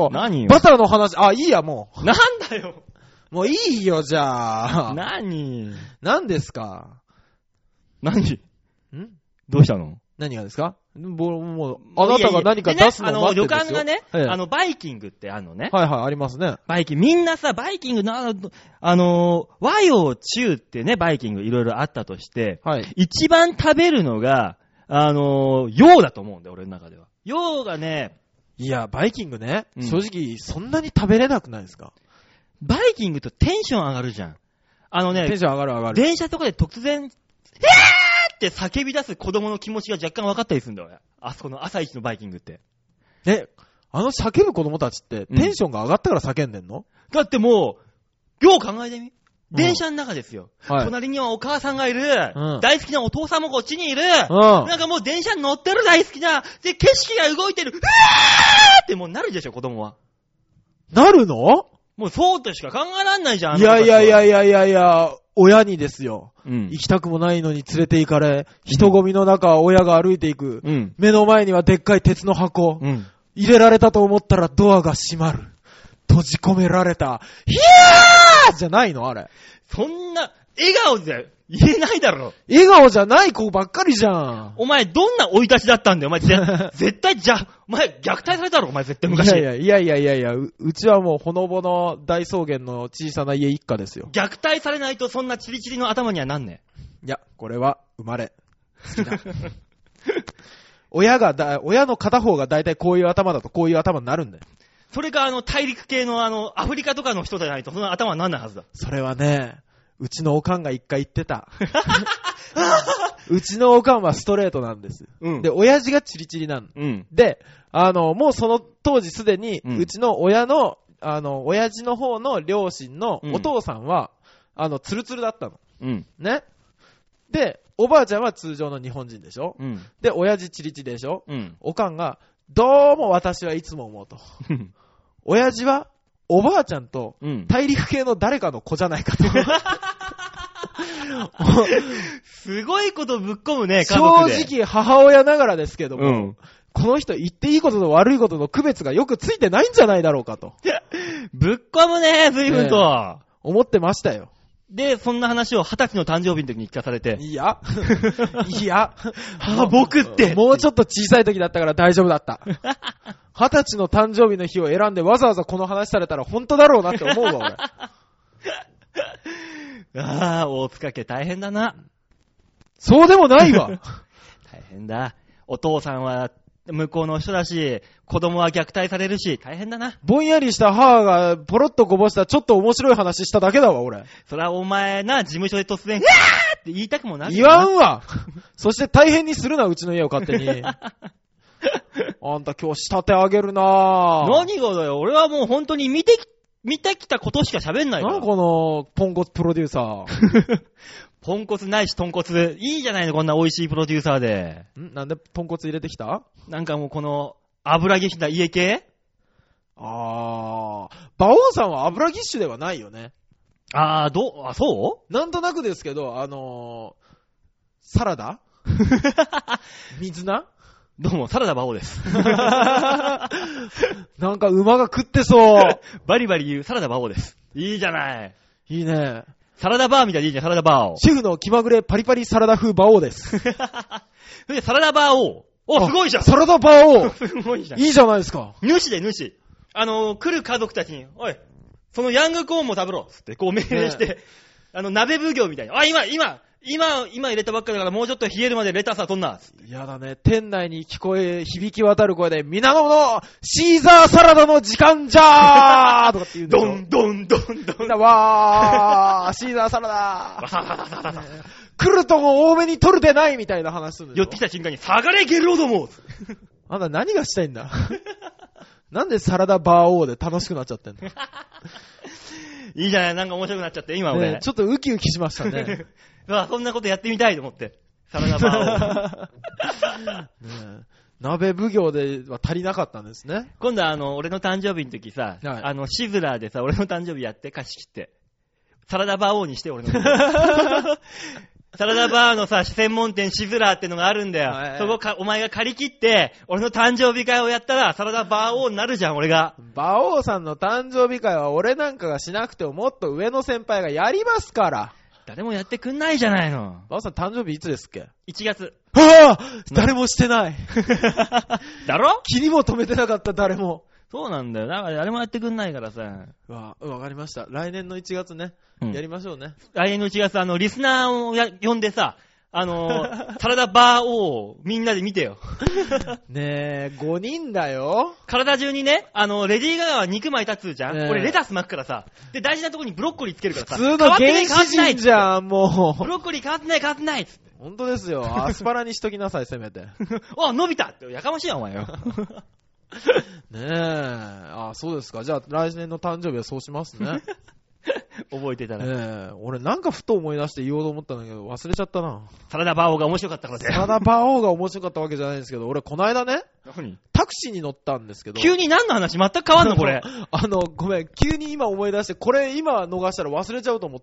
何よ。バターの話、いいや、もう。なんだよ。もういいよ、じゃあ。何ですか？どうしたの？何がですか？もう、あなたが何か出すのを待ってるんですよ。旅館がね、バイキングってあるのね。はい、ありますね。みんなさ、バイキング和洋中ってね、バイキングいろいろあったとして、一番食べるのが、洋だと思うんだよ、俺の中では。洋がね、いや、バイキングね、正直、そんなに食べれなくないですか？バイキングとテンション上がるじゃん。テンション上がる。電車とかで突然、ってって叫び出す子供の気持ちが若干分かったりするんだよ。あそこの朝一のバイキングって。 叫ぶ子供たちってテンションが上がったから叫んでんの？ だってもう、よう考えてみ。電車の中ですよ。はい、隣にはお母さんがいる、大好きなお父さんもこっちにいる、なんかもう電車に乗ってる大好きな、で、景色が動いてる、うわーってもうなるでしょ、子供は。 なるの？ もうそうとしか考えらんないじゃん。 いや、親にですよ。行きたくもないのに連れて行かれ、人混みの中親が歩いていく。目の前にはでっかい鉄の箱。入れられたと思ったらドアが閉まる。閉じ込められた。ヒャーじゃないのあれ。 そんな、笑顔で言えないだろ。 笑顔じゃない子ばっかりじゃん。 お前どんな追い立ちだったんだよ。お前絶対お前虐待されたろ。お前絶対昔。 いや、うちはもうほのぼの大草原の小さな家一家ですよ。 虐待されないとそんなチリチリの頭にはなんねん。いや、これは生まれ。好きだ。親の片方がだいたいこういう頭だとこういう頭になるんだよ。 それが大陸系のアフリカとかの人じゃないとその頭になんないはずだ。 それはね、うちのおかんが一回言ってた。うちのおかんはストレートなんです。で、親父がチリチリなの。で、もうその当時すでに、うちの親の、親父の方の両親のお父さんは、ツルツルだったの。ね。で、おばあちゃんは通常の日本人でしょ。で、親父チリチリでしょ。おかんが、どうも私はいつも思うと。親父は、おばあちゃんと大陸系の誰かの子じゃないかと。 すごいことぶっ込むね、 正直母親ながらですけども、この人言っていいことと悪いことの区別がよくついてないんじゃないだろうかと。 ぶっ込むね、随分と。 思ってましたよ。 で、そんな話を20歳の誕生日の時に聞かされて。 いや、 僕って。 もうちょっと小さい時だったから大丈夫だった。20歳の誕生日の日を選んでわざわざこの話されたら本当だろうなって思うわ、 俺。大塚家大変だな。 そうでもないわ。 大変だ。お父さんは向こうの人だし、子供は虐待されるし、大変だな。 ぼんやりした母がポロッとこぼしたちょっと面白い話しただけだわ、俺。 それはお前な、事務所で突然、うわーって言いたくもなる。 言わんわ。そして大変にするな、うちの家を勝手に。あんた今日仕立てあげるなぁ。 何がだよ、俺はもう本当に見てきたことしか喋んないから。 なんこの、ポンコツプロデューサー。 ポンコツないし豚骨。いいじゃないの、こんな美味しいプロデューサーで。 なんで豚骨入れてきた？ なんかもうこの、油ぎっしゅな家系？ 馬王さんは油ぎっしゅではないよね。 そうなんとなくですけど、サラダ水菜どうも、サラダ馬王です。 なんか馬が食ってそう。 バリバリ言うサラダ馬王です。いいじゃない。 いいね。 サラダバーみたいでいいじゃん、サラダバーを。 シェフの気まぐれパリパリサラダ風馬王です。 で、サラダバー王。すごいじゃん。 サラダバー王。 すごいじゃん。 いいじゃないですか。 主。来る家族たちに、おい、そのヤングコーンも食べろ。つって、こう命令して、鍋奉行みたいに。今入れたばっかだからもうちょっと冷えるまでレタスは取んな。 やだね。店内に響き渡る声で、皆の者、シーザーサラダの時間じゃーとかって言うんだよ。 ドン。 わー、シーザーサラダ来るとも多めに取るでないみたいな話するんだよ。 寄ってきた瞬間に、下がれゲロどもあんた何がしたいんだなんでサラダバー王で楽しくなっちゃってんのいいじゃない、なんか面白くなっちゃって、今俺。 ちょっとウキウキしましたね。 そんなことやってみたいと思って。サラダバーを。 鍋奉行では足りなかったんですね。 今度は俺の誕生日の時さ、シズラーでさ、俺の誕生日やって貸し切って。サラダバー王にして、俺の。サラダバーのさ、専門店シズラーってのがあるんだよ。そこお前が借り切って、俺の誕生日会をやったら、サラダバー王になるじゃん、俺が。 バー王さんの誕生日会は俺なんかがしなくてももっと上の先輩がやりますから。 誰もやってくんないじゃないの。 バオさん誕生日いつですっけ？ 1月。 誰もしてない。 だろ？ 気にも留めてなかった、誰も。 そうなんだよ。だから誰もやってくんないからさ。 わかりました。来年の1月ね、やりましょうね。 来年の1月、リスナーを呼んでさ、サラダバーをみんなで見てよ。 ねえ、5人だよ。 体中にね、レディーガガは肉巻いたっつうじゃん、俺レタス巻くからさ。で、大事なとこにブロッコリーつけるからさ。 普通の原始人じゃん、もう。 ブロッコリー変わってない。 本当ですよ。アスパラにしときなさい、せめて。 あ、伸びたって、やかましいな、お前よ。 ねえ。あ、そうですか。じゃあ、来年の誕生日はそうしますね。 覚えてたら。 俺なんかふと思い出して言おうと思ったんだけど、忘れちゃったな。 サラダバオが面白かったからで。 サラダバオが面白かったわけじゃないんですけど、俺この間ね、タクシーに乗ったんですけど。 急に何の話全く変わんのこれ。 ごめん、急に今思い出して、これ今逃したら忘れちゃうと思って。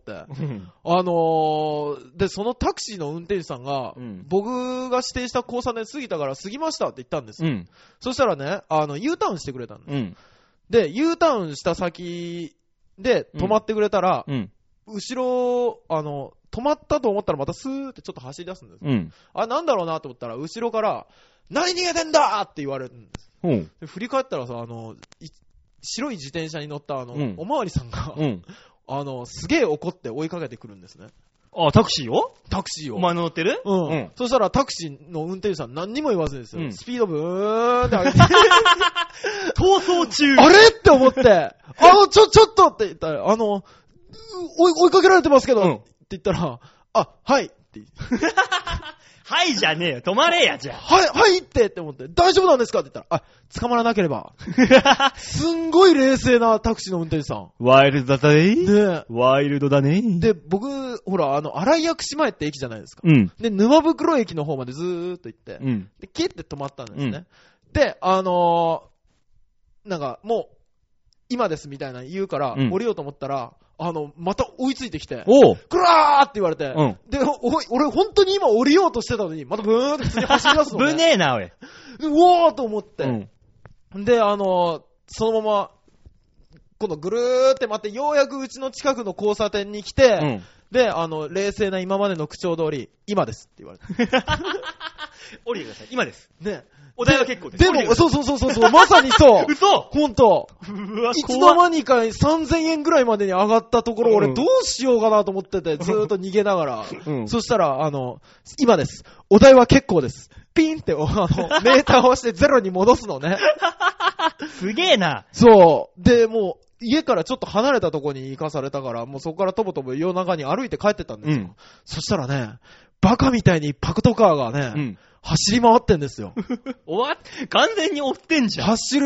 で、そのタクシーの運転手さんが、僕が指定した交差点過ぎたから過ぎましたって言ったんですよ。そしたらね、U ターンしてくれたんです。で、U ターンした先、で、止まってくれたら、後ろ、止まったと思ったらまたスーってちょっと走り出すんです。なんだろうなと思ったら、後ろから、何逃げてんだって言われるんです。で振り返ったらさ、白い自転車に乗ったおまわりさんが、すげえ怒って追いかけてくるんですね。 あ、タクシーをお前の乗ってる？ そしたらタクシーの運転手さん何にも言わずですよ。スピードブーンって上げて。 逃走中。 あれって思って、ちょっとって言ったら、追いかけられてますけど、って言ったら、はいって言って。 はいじゃねえよ。止まれや、じゃあ。 はいって思って、大丈夫なんですかって言ったら、捕まらなければ。すんごい冷静なタクシーの運転手さん。 ワイルドだね。 ねワイルドだね。 で、僕、ほら、新井薬師前って駅じゃないですか。で、沼袋駅の方までずーっと行って、で、キッて止まったんですね。で、なんか、もう、今ですみたいな言うから、降りようと思ったら、また追いついてきて、くらーって言われて、で、俺本当に今降りようとしてたのに、またブーンって普通に走り出すのね。 ぶねえな、おい。 うおーと思って、で、そのまま、今度ぐるーって待って、ようやくうちの近くの交差点に来て、で、冷静な今までの口調通り、今ですって言われて。 降りてください、今です。 ね。 お題は結構です。 でも、そう、まさにそう。 嘘ほんと。いつの間にか3000円ぐらいまでに上がったところ、俺どうしようかなと思ってて、ずーっと逃げながら。そしたら、今です。お題は結構です。ピンって、メーターを押してゼロに戻すのね。 すげえな。 そう。で、もう、家からちょっと離れたとこに行かされたから、もうそこからとぼとぼ夜中に歩いて帰ってたんですよ。そしたらね、バカみたいにパクトカーがね、走り回ってんですよ。 完全に追ってんじゃん。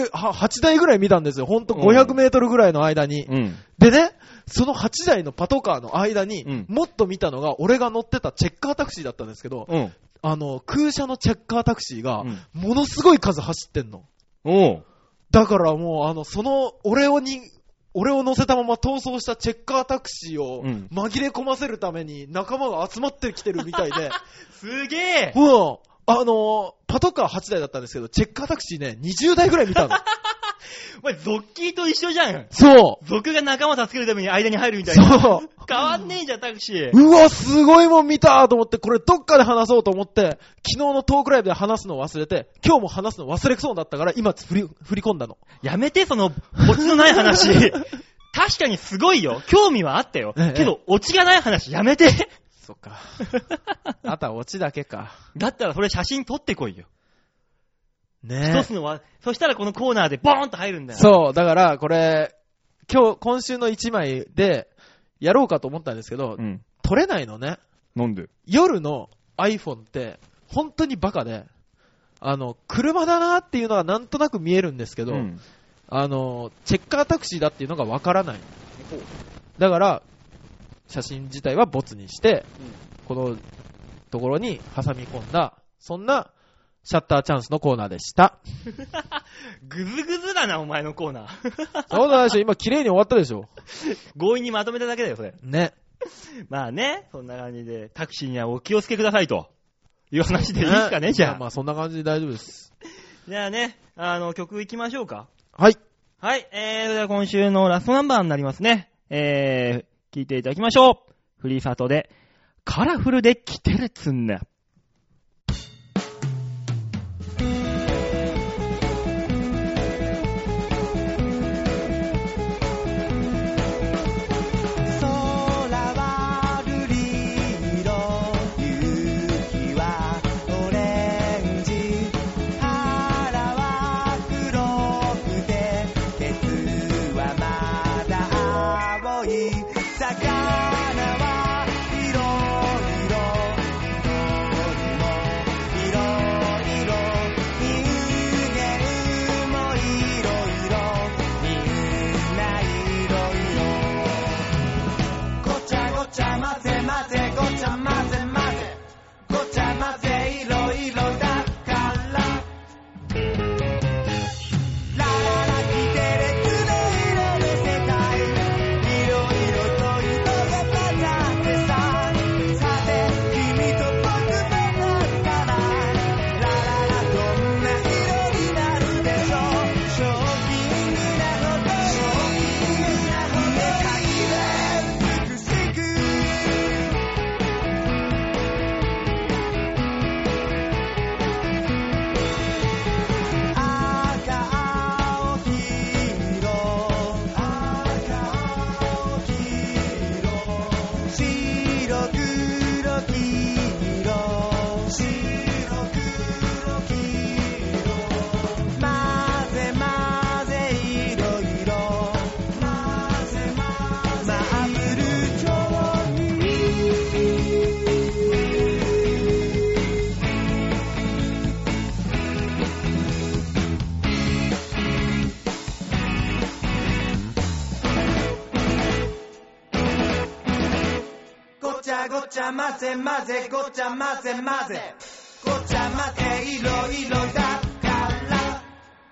8台ぐらい見たんですよ。ほんと500メートルぐらいの間に。でね、その8台のパトカーの間に、もっと見たのが、俺が乗ってたチェッカータクシーだったんですけど、空車のチェッカータクシーが、ものすごい数走ってんの。だからもう、俺を乗せたまま逃走したチェッカータクシーを紛れ込ませるために仲間が集まってきてるみたいで。 すげえ。 パトカー8台だったんですけど、チェッカータクシーね、20台ぐらい見たの。 お前、ゾッキーと一緒じゃん。 そう。 族が仲間助けるために間に入るみたいな。 そう。 変わんねえじゃん、タクシー。 うわ、すごいもん見たと思って、これどっかで話そうと思って、昨日のトークライブで話すの忘れて、今日も話すの忘れそうだったから、今振り込んだの。 やめて、その、オチのない話。確かにすごいよ。興味はあったよ。けど、オチがない話やめて。 そっか。あとはオチだけか。 だったらそれ写真撮ってこいよ。 ねえ。 一つのは、そしたらこのコーナーでボーンと入るんだよ。 そう、だからこれ、今週の1枚でやろうかと思ったんですけど、撮れないのね。 なんで？ 夜の iPhone って本当にバカで、車だなっていうのがなんとなく見えるんですけど、チェッカータクシーだっていうのがわからない。だから、写真自体はボツにして、このところに挟み込んだ、そんなシャッターチャンスのコーナーでした。 ぐずぐずだな、お前のコーナー。 そうだでしょ、今綺麗に終わったでしょ。 強引にまとめただけだよ、それ。 ね。 まあね、そんな感じで、タクシーにはお気をつけくださいという話でいいですかね、じゃあ。 まあそんな感じで大丈夫です。 じゃあね、曲行きましょうか。 はい。 はい、それでは今週のラストナンバーになりますね。聞いていただきましょう。フリーサートで、カラフルでキテレツンね。 魚はいろいろゃごちゃ混ぜ混ぜごちゃ混ぜ混ぜごちゃ混ぜいろいろだから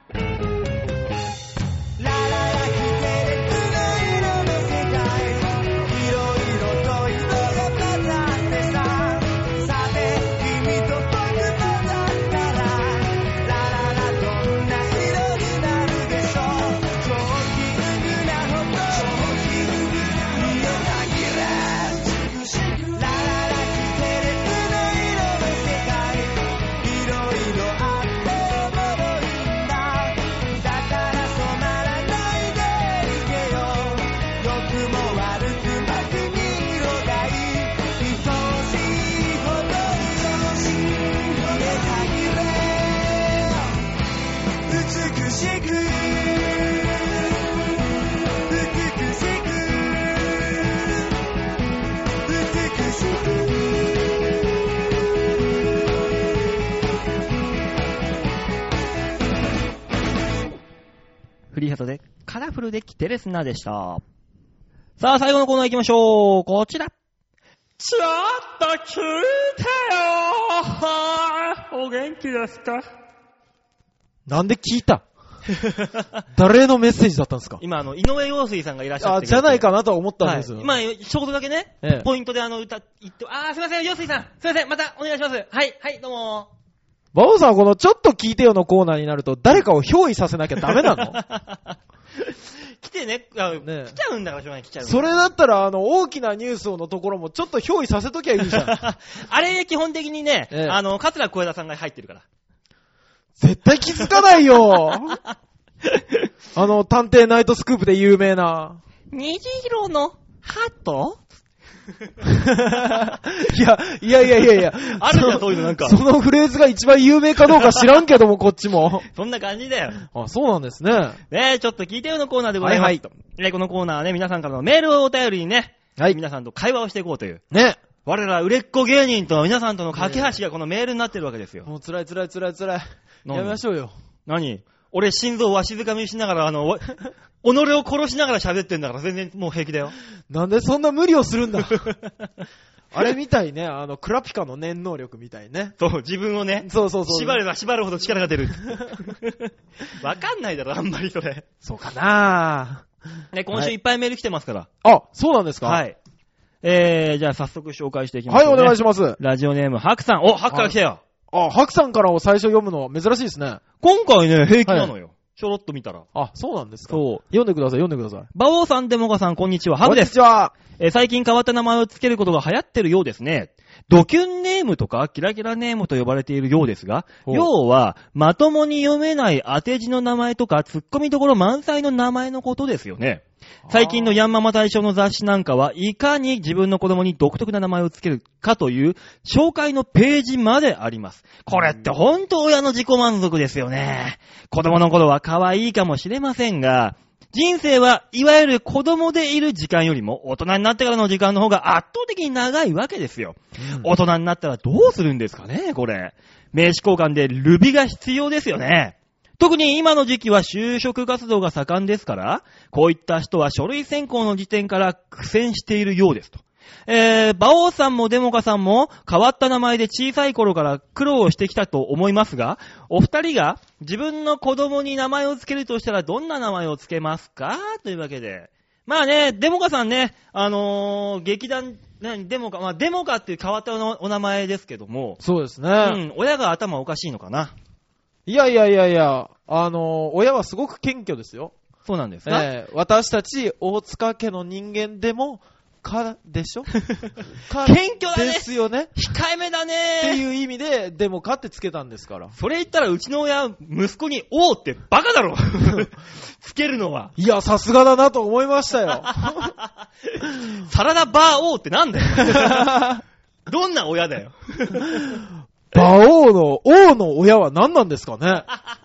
ラララキテレツの色の世界いろいろと色が混ざってささて君と僕もだったらラララどんな色になるでしょうショッキングなほどショッキングな身を限れラララキテレツの色の世界いろいろあっておもろいんだだから染まらないでいけよ良くも悪くも君色がいい愛しいほど愛しいほど限れ美しく美しく美しくフリーハトでカラフルでキテレスナでした。さあ、最後のコーナー行きましょう。こちら。ちょっと聞いてよお元気ですか？ なんで聞いた誰のメッセージだったんですか？ 今、井上陽水さんがいらっしゃって。 じゃないかなとは思ったんですよ。 はい、今、ちょうどだけね、ポイントで言って、すいません、陽水さん。すいません、またお願いします。はい、どうも。 バオさんはこのちょっと聞いてよのコーナーになると誰かを憑依させなきゃダメなの来てね、来ちゃうんだからしょうがない、来ちゃう。 それだったら大きなニュースのところもちょっと憑依させときゃいいじゃん。 あれ基本的にね、桂小枝さんが入ってるから。 絶対気づかないよ探偵ナイトスクープで有名な。 虹色のハトいや。 あるじゃん、そういうのなんか。 そのフレーズが一番有名かどうか知らんけども、こっちも。 そんな感じだよ。 あ、そうなんですね。 ねえ、ちょっと聞いてよのコーナーでございます。はい。このコーナーはね、皆さんからのメールをお便りにね、はい。皆さんと会話をしていこうという。ね。我ら売れっ子芸人と皆さんとの架け橋がこのメールになってるわけですよ。 もう辛い。やめましょうよ。 何？俺心臓わしづかみしながら、己を殺しながら喋ってんだから全然もう平気だよ。 なんでそんな無理をするんだあれみたいね、クラピカの念能力みたいね。 そう、自分をね。 そう。 縛れば縛るほど力が出る。わかんないだろ、あんまりそれ。 そうかなぁ。 ね、今週いっぱいメール来てますから。 あ、そうなんですか？ はい。じゃあ早速紹介していきましょう、ね。 はい、お願いします。 ラジオネーム、ハクさん。お、ハクから来たよ。 あ、ハクさんからを最初読むのは珍しいですね。 今回ね、平気なのよ。はい、ちょろっと見たら。 あ、そうなんですか。 そう。 読んでください。 バオさん、デモカさん、こんにちは。ハクです。 こんにちは。 最近変わった名前をつけることが流行ってるようですね。ドキュンネームとかキラキラネームと呼ばれているようですが、要は、まともに読めない当て字の名前とか、突っ込みどころ満載の名前のことですよね。最近のヤンママ大賞の雑誌なんかはいかに自分の子供に独特な名前をつけるかという紹介のページまであります。これってほんと親の自己満足ですよね。子供の頃は可愛いかもしれませんが、人生はいわゆる子供でいる時間よりも大人になってからの時間の方が圧倒的に長いわけですよ。大人になったらどうするんですかね、これ。名刺交換でルビが必要ですよね。特に今の時期は就職活動が盛んですから、こういった人は書類選考の時点から苦戦しているようですと。バオさんもデモカさんも変わった名前で小さい頃から苦労をしてきたと思いますが、お二人が自分の子供に名前をつけるとしたらどんな名前をつけますかというわけで。まあね、デモカさんね、劇団、デモカ、まあデモカっていう変わったお名前ですけども。 そうですね。 うん、親が頭おかしいのかな。 いや、親はすごく謙虚ですよ。 そうなんですか？ 私たち大塚家の人間でも、でしょ謙虚だね。 ですよね。 控えめだね。 っていう意味で、デモカってつけたんですから。 それ言ったらうちの親、息子に王ってバカだろつけるのは。 いや、さすがだなと思いましたよ。 サラダバー王ってなんだよ。どんな親だよ。 馬王の親は何なんですかね。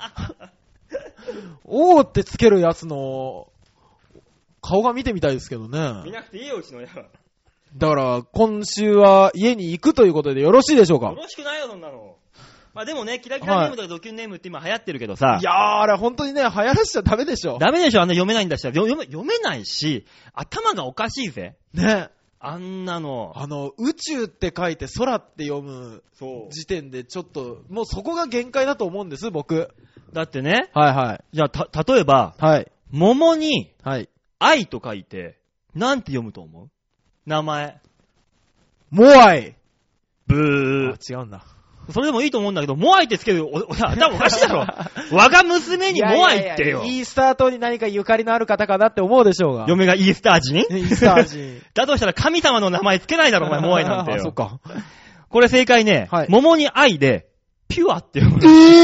王ってつけるやつの顔が見てみたいですけどね。 見なくていいよ、うちの親は。 だから今週は家に行くということでよろしいでしょうか。 よろしくないよ、そんなの。まあでもね、キラキラネームとかドキュンネームって今流行ってるけどさ。 いやー、あれ本当にね、流行らしちゃダメでしょ。 ダメでしょ、あんな読めないんだし、読めないし、頭がおかしいぜ。 ね。 あんなの。 宇宙って書いて空って読む時点でちょっと、もうそこが限界だと思うんです、僕。 だってね。 はいはい。 じゃあ、例えば、 はい。 桃に、 はい。 愛と書いて、なんて読むと思う？名前。 モアイ。 ブー。 違うんだ。 それでもいいと思うんだけど、モアイってつける、頭おかしいだろ。我が娘にモアイってよ。 イースター島に何かゆかりのある方かなって思うでしょうが。 嫁がイースター人？イースター人。 だとしたら神様の名前つけないだろ、お前、モアイなんてよ。 そっか。 これ正解ね、はい、桃に愛で、ピュアって読む。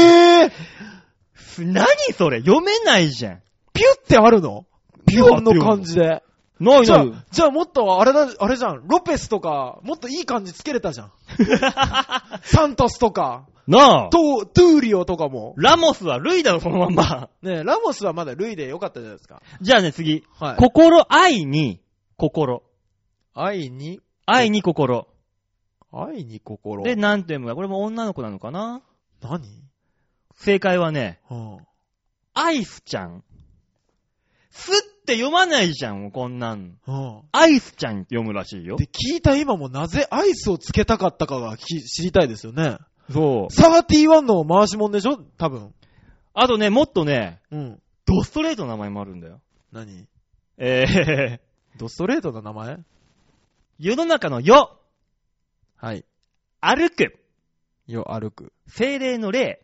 何それ読めないじゃん。 ピュってあるの？ピュアの感じで。 ないない。 じゃあもっとあれじゃん。ロペスとか、もっといい感じつけれたじゃん。サントスとか。 なあ。 トゥーリオとかも。 ラモスはルイだろ、そのまんま。 ねえ、ラモスはまだルイでよかったじゃないですか。 じゃあね、次。 はい。 愛に心。 愛に心。 愛に心。 で、なんて読むか。これも女の子なのかな？ 何？ 正解はね、アイスちゃん。すって読まないじゃん、もうこんなん。アイスちゃんって読むらしいよ。 で、聞いた今もなぜアイスをつけたかったかが知りたいですよね。 そう。 31の回しもんでしょ？多分。 あとね、もっとね、ドストレートの名前もあるんだよ。 何？ドストレートの名前？ 世の中のよ。 はい。 歩く。 よ、歩く。 精霊の霊。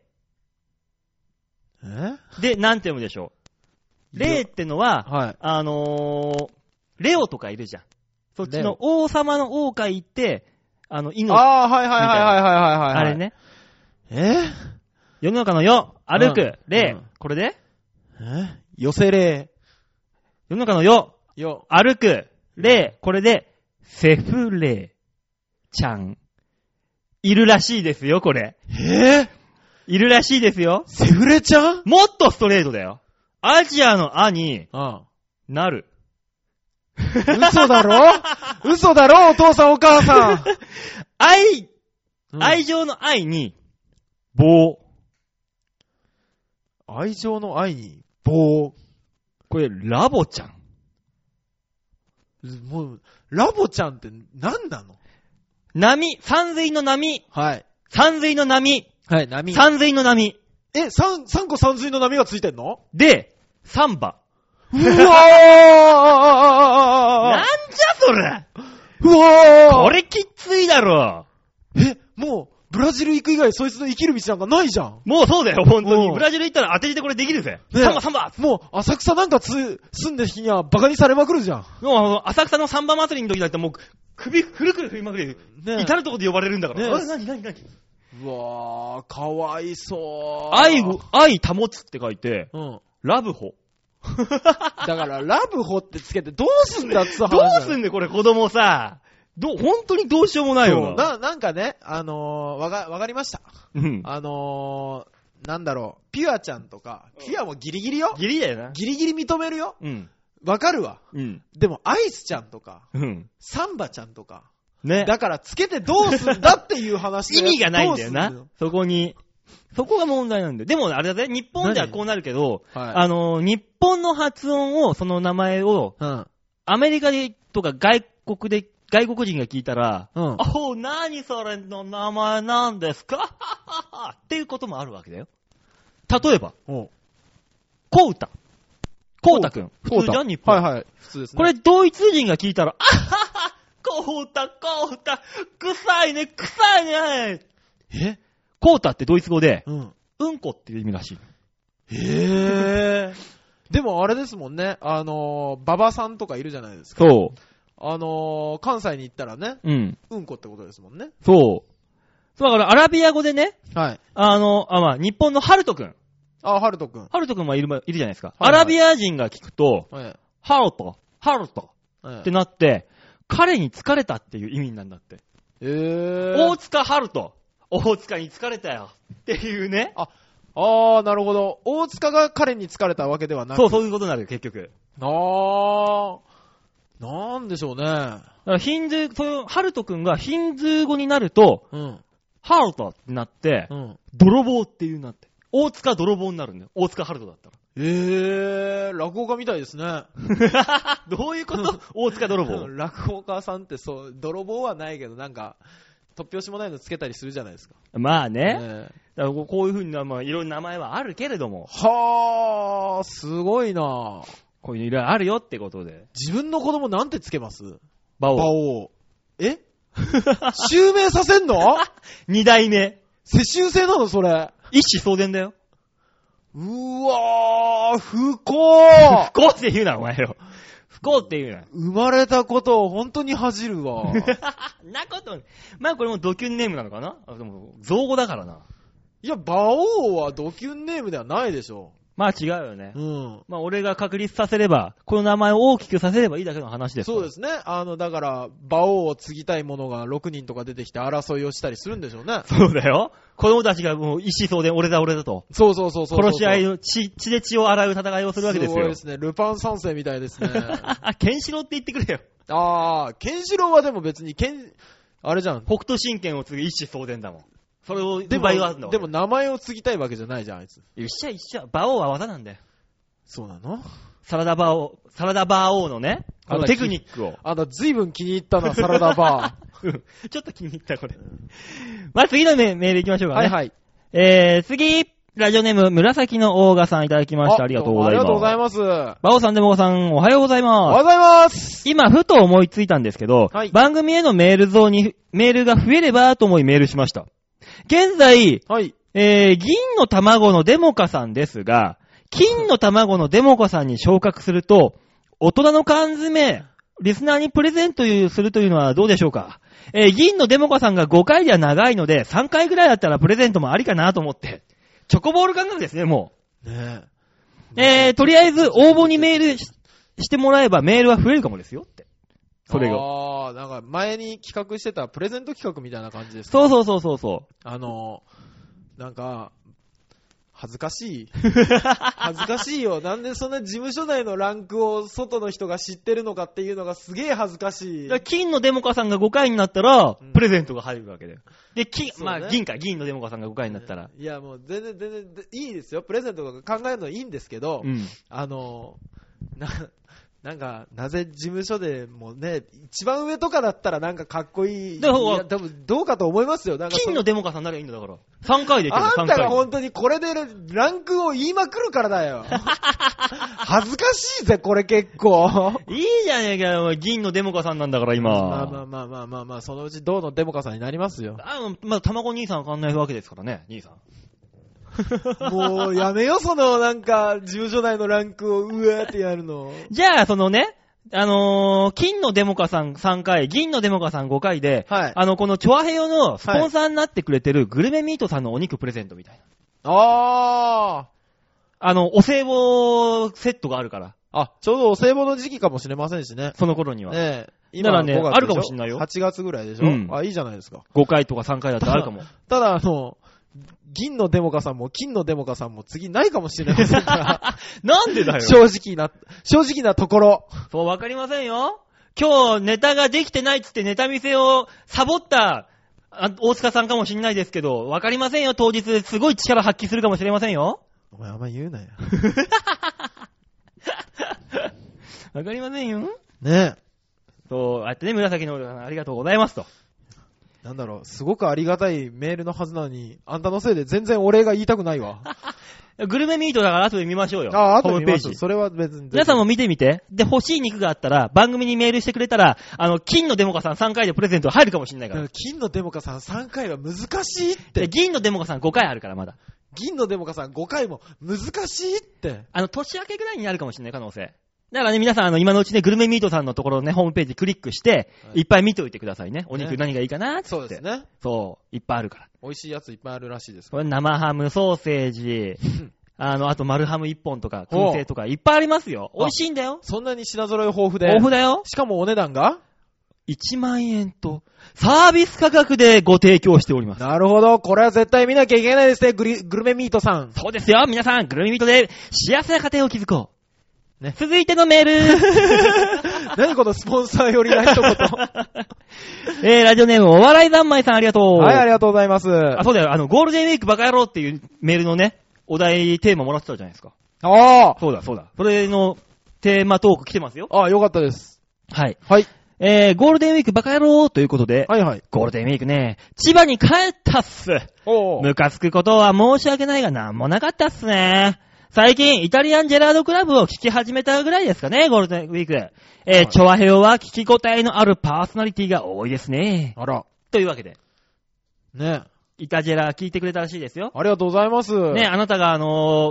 で、なんて読むでしょう。霊ってのは、 はい、 レオとかいるじゃん。そっちの王様の王会行って、命。 ああ、はいはいはいはいはい。 あれね。世の中のよ、歩く、霊、これでよせ霊。 世の中のよ、歩く、霊、これで、セフレちゃん。いるらしいですよ、これ。いるらしいですよ。 セフレちゃん？ もっとストレートだよ。アジアのアに、なる。 嘘だろ？嘘だろ、お父さんお母さん。 愛情の愛に、棒。 愛情の愛に、棒。 これ、ラボちゃん。 もう、ラボちゃんって何なの？ 山水の波。 はい。 山水の波。 はい、波。 山水の波。 3個山水の波がついてんの？ で、サンバ。 うわーなんじゃそれ。 うわーこれきついだろ。 もう、ブラジル行く以外そいつの生きる道なんかないじゃん。 もうそうだよ、本当に。ブラジル行ったら当て字でこれできるぜ。サンバもう、浅草なんか住んでる日にはバカにされまくるじゃん。 もう、浅草のサンバ祭りの時だってもう、首くるくる振りまくり、至るとこで呼ばれるんだから。何うわー、かわいそう。 愛保つって書いて、ラブホ。 だから、ラブホってつけてどうすんだっつう話。 どうすんねこれ子供さ。本当にどうしようもないよなんかね、わかりました。なんだろう、ピュアちゃんとか、ピュアもギリギリよ。 ギリだよな。 ギリギリ認めるよ。わかるわ。でも、アイスちゃんとか、サンバちゃんとか、 ね。 だからつけてどうすんだっていう話。 意味がないんだよな。そこに。そこが問題なんだよ。でもあれだね、日本ではこうなるけど、日本の発音を、その名前を、アメリカでとか外国人が聞いたら、何それの名前なんですかっていうこともあるわけだよ。例えば、コウタくん。普通じゃん、日本。 はいはい。普通ですね。 これ、ドイツ人が聞いたら、コウタ、臭いね。コウタってドイツ語で、うんこっていう意味らしい。 でもあれですもんね、馬場さんとかいるじゃないですか。 そう。 関西に行ったらね、うんこってことですもんね。 そう。だからアラビア語でね、 はい。 日本のハルトくん。 ハルトくん。 ハルトくんもいるじゃないですか。アラビア人が聞くと、ハルトってなって、彼に疲れたっていう意味なんだって。大塚ハルト。大塚に疲れたよ。っていうね。 なるほど。大塚が彼に疲れたわけではなく。 そういうことになるよ、結局。 なんでしょうね。 だからハルト君がヒンズー語になると、ハルトってなって、泥棒っていうなって。大塚泥棒になるんだよ。大塚ハルトだったら。 落語家みたいですね。 どういうこと大塚泥棒。 落語家さんってそう、泥棒はないけど、なんか、突拍子もないのつけたりするじゃないですか。 まあね。だからこういう風な、まあ、いろんな名前はあるけれども。 はー、すごいなこういうのいろいろあるよってことで。 自分の子供なんてつけます？ 馬王。 馬王。襲名させんの？ 二代目。 世襲制なのそれ。 一子相伝だよ。 うわー、不幸不幸って言うな、お前よ。不幸って言うな。 生まれたことを本当に恥じるわ。 なこと、まあこれもドキュンネームなのかな？でも、造語だからな。 いや、馬王はドキュンネームではないでしょ。 まあ違うよね。まあ俺が確立させれば、この名前を大きくさせればいいだけの話です。 そうですね。だから、馬王を継ぎたい者が6人とか出てきて争いをしたりするんでしょうね。 そうだよ。子供たちがもう一子相伝、俺だと。 そう。 殺し合いの血で血を洗う戦いをするわけですよ。 そうですね。ルパン三世みたいですね。 ケンシロウって言ってくれよ。 ケンシロウはでも別にあれじゃん。 北斗神拳を継ぐ一子相伝だもん。それを奪い合うんだ。 でも名前を継ぎたいわけじゃないじゃん、あいつ。 一緒。馬王は技なんだよ。 そうなの？ サラダバー王のね、テクニックを。 随分気に入ったな、サラダバー。ちょっと気に入った、これ。まあ、次のメール行きましょうかね。 はい。 次、ラジオネーム、紫のオーガさんいただきました。ありがとうございます。 ありがとうございます。 馬王さん、デモカさん、おはようございます。おはようございます。 今、ふと思いついたんですけど、はい、番組へのメール像に、メールが増えればと思いメールしました。現在、 はい。 銀の卵のデモカさんですが、金の卵のデモカさんに昇格すると、大人の缶詰、リスナーにプレゼントするというのはどうでしょうか？銀のデモカさんが5回では長いので、3回ぐらいだったらプレゼントもありかなと思って。チョコボール感覚ですね、もう。ねとりあえず応募にメールしてもらえばメールは増えるかもですよって。それが。 なんか前に企画してたプレゼント企画みたいな感じですか？そう。 なんか、恥ずかしい。恥ずかしいよ。なんでそんな事務所内のランクを外の人が知ってるのかっていうのがすげえ恥ずかしい。 金のデモカさんが5回になったら、プレゼントが入るわけだよ。で、まあ銀のデモカさんが5回になったら。 いやもう全然いいですよ。プレゼントとか考えるのはいいんですけど、なんか、なぜ事務所でもね、一番上とかだったらなんかかっこいい。いや、多分どうかと思いますよ。なんか金のデモカさんならいいんだから。3回でいける、3回。 あんたが本当にこれでランクを言いまくるからだよ。恥ずかしいぜ、これ結構。 いいじゃねえかよ、銀のデモカさんなんだから今。 まあ、そのうち銅のデモカさんになりますよ。 まあ、卵兄さんわかんないわけですからね、兄さん。 もうやめよ、そのなんか事務所内のランクをうわーってやるの。 じゃあそのね、金のデモカさん3回、銀のデモカさん5回で、はい、このチョアヘヨのスポンサーになってくれてるグルメミートさんのお肉プレゼントみたいな。お歳暮セットがあるから。 ちょうどお歳暮の時期かもしれませんしね。 その頃には。 今はね、あるかもしれないよ。 8月ぐらいでしょ、いいじゃないですか。 5回とか3回だったらあるかも。 ただ銀のデモカさんも金のデモカさんも次ないかもしれませんから。 なんでだよ。 正直なところ。 そう、わかりませんよ。今日ネタができてないっつってネタ見せをサボった大塚さんかもしれないですけど、わかりませんよ。当日すごい力発揮するかもしれませんよ。 お前あんま言うなよ。 わかりませんよ。 ねえ。 そう、あってね、紫のありがとうございますと。 なんだろう、すごくありがたいメールのはずなのに、あんたのせいで全然お礼が言いたくないわ。 グルメミートだから後で見ましょうよ。 後で見ましょう。それは別に。 皆さんも見てみて。で、欲しい肉があったら、番組にメールしてくれたら、金のデモカさん3回でプレゼント入るかもしれないから。 金のデモカさん3回は難しいって。 銀のデモカさん5回あるから、まだ。 銀のデモカさん5回も難しいって。 年明けぐらいになるかもしれない可能性。だからね、皆さん今のうちね、グルメミートさんのところのね、ホームページクリックして、いっぱい見ておいてくださいね。お肉何がいいかなって。 そうですね。 そう、いっぱいあるから。 美味しいやついっぱいあるらしいです。 これ生ハム、ソーセージ、あと丸ハム1本とか、燻製とかいっぱいありますよ。美味しいんだよ。 そんなに品揃え豊富で。 豊富だよ。 しかもお値段が 1万円と、サービス価格でご提供しております。 なるほど。これは絶対見なきゃいけないですね。グルメミートさん。 そうですよ。皆さん、グルメミートで幸せな家庭を築こう。ね、続いてのメール。 何このスポンサー寄りな一言。 ラジオネームお笑い三昧さんありがとう。 はい、ありがとうございます。 そうだよ。ゴールデンウィークバカ野郎っていうメールのね、お題テーマもらってたじゃないですか。 ああ。 そうだ。それのテーマトーク来てますよ。 ああ、よかったです。 はい。 はい。 ゴールデンウィークバカ野郎ということで、 はいはい。 ゴールデンウィークね、千葉に帰ったっす。ムカつくことは申し訳ないがなんもなかったっすね。最近、イタリアンジェラードクラブを聞き始めたぐらいですかね、ゴールデンウィーク。チョアヘオは聞き応えのあるパーソナリティが多いですね。 あら。 というわけで。 ね。 イタジェラ聞いてくれたらしいですよ。 ありがとうございます。 ね、あなたが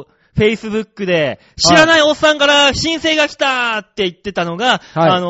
Facebook で、知らないおっさんから申請が来たって言ってたのが、はい、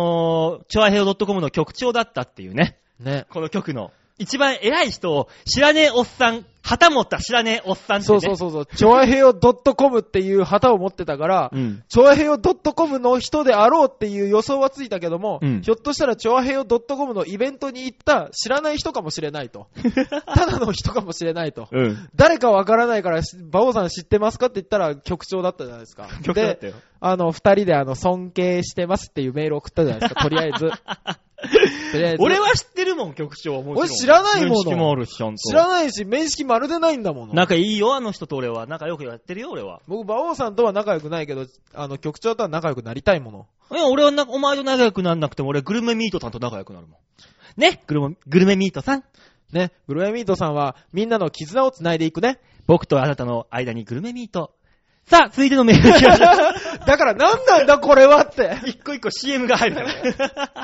チョアヘオ .com の局長だったっていうね。 ね。 この局の。一番偉い人を知らねえおっさん、旗持った知らねえおっさんってね。 そう。チョアヘオ .com っていう旗を持ってたから、チョアヘオ .com の人であろうっていう予想はついたけども、ひょっとしたらチョアヘオ .com のイベントに行った知らない人かもしれないと。ただの人かもしれないと。誰かわからないから、馬王さん知ってますかって言ったら局長だったじゃないですか。 局長だったよ。 二人で尊敬してますっていうメールを送ったじゃないですか、とりあえず。 俺は知ってるもん、局長。も俺知らないもの。 面識もあるし、ちゃんと。 知らないし、面識まるでないんだもの。 仲いいよ、あの人と俺は。仲良くやってるよ、俺は。 僕、馬王さんとは仲良くないけど、局長とは仲良くなりたいもの。 いや、俺はお前と仲良くならなくても、俺、グルメミートさんと仲良くなるもん。ね、グルメミートさん。 ね、グルメミートさんは、みんなの絆を繋いでいくね。 僕とあなたの間にグルメミート。さあ、続いてのメール。 だから何なんだこれはって。 一個一個 CM が入るから。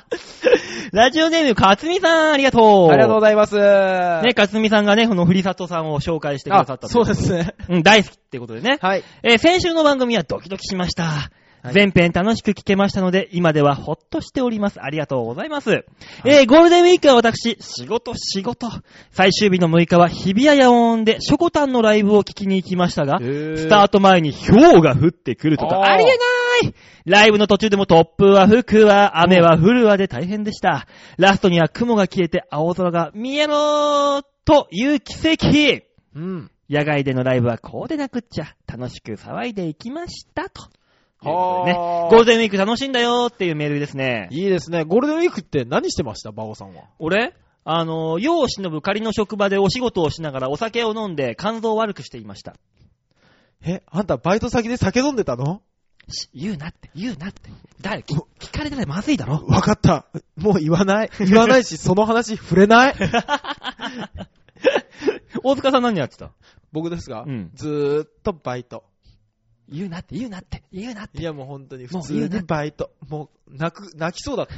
ラジオネーム、かつみさん、ありがとう。 ありがとうございます。 ね、かつみさんがね、このふりさとさんを紹介してくださったそうですね。 大好きってことでね。 はい。 先週の番組はドキドキしました。はい、全編楽しく聞けましたので、今ではほっとしております。ありがとうございます。はい、ゴールデンウィークは私、仕事。最終日の6日は日比谷野音でショコタンのライブを聞きに行きましたが、スタート前に氷が降ってくるとか、ありえないライブの途中でも突風は吹くわ、雨は降るわで大変でした。ラストには雲が消えて青空が見えろという奇跡。野外でのライブはこうでなくっちゃ、楽しく騒いでいきましたと。ね、ゴールデンウィーク楽しんだよっていうメールですね。 いいですね。ゴールデンウィークって何してました馬王さんは。 俺世を忍ぶ仮の職場でお仕事をしながらお酒を飲んで肝臓を悪くしていました。 あんたバイト先で酒飲んでたの？ 言うなって。誰聞かれたらまずいだろ。 わかった。もう言わないし、その話触れない。 大塚さん何やってた？ 僕ですか？ずーっとバイト。 言うなって。いやもう本当に普通にバイト。もう泣きそうだった。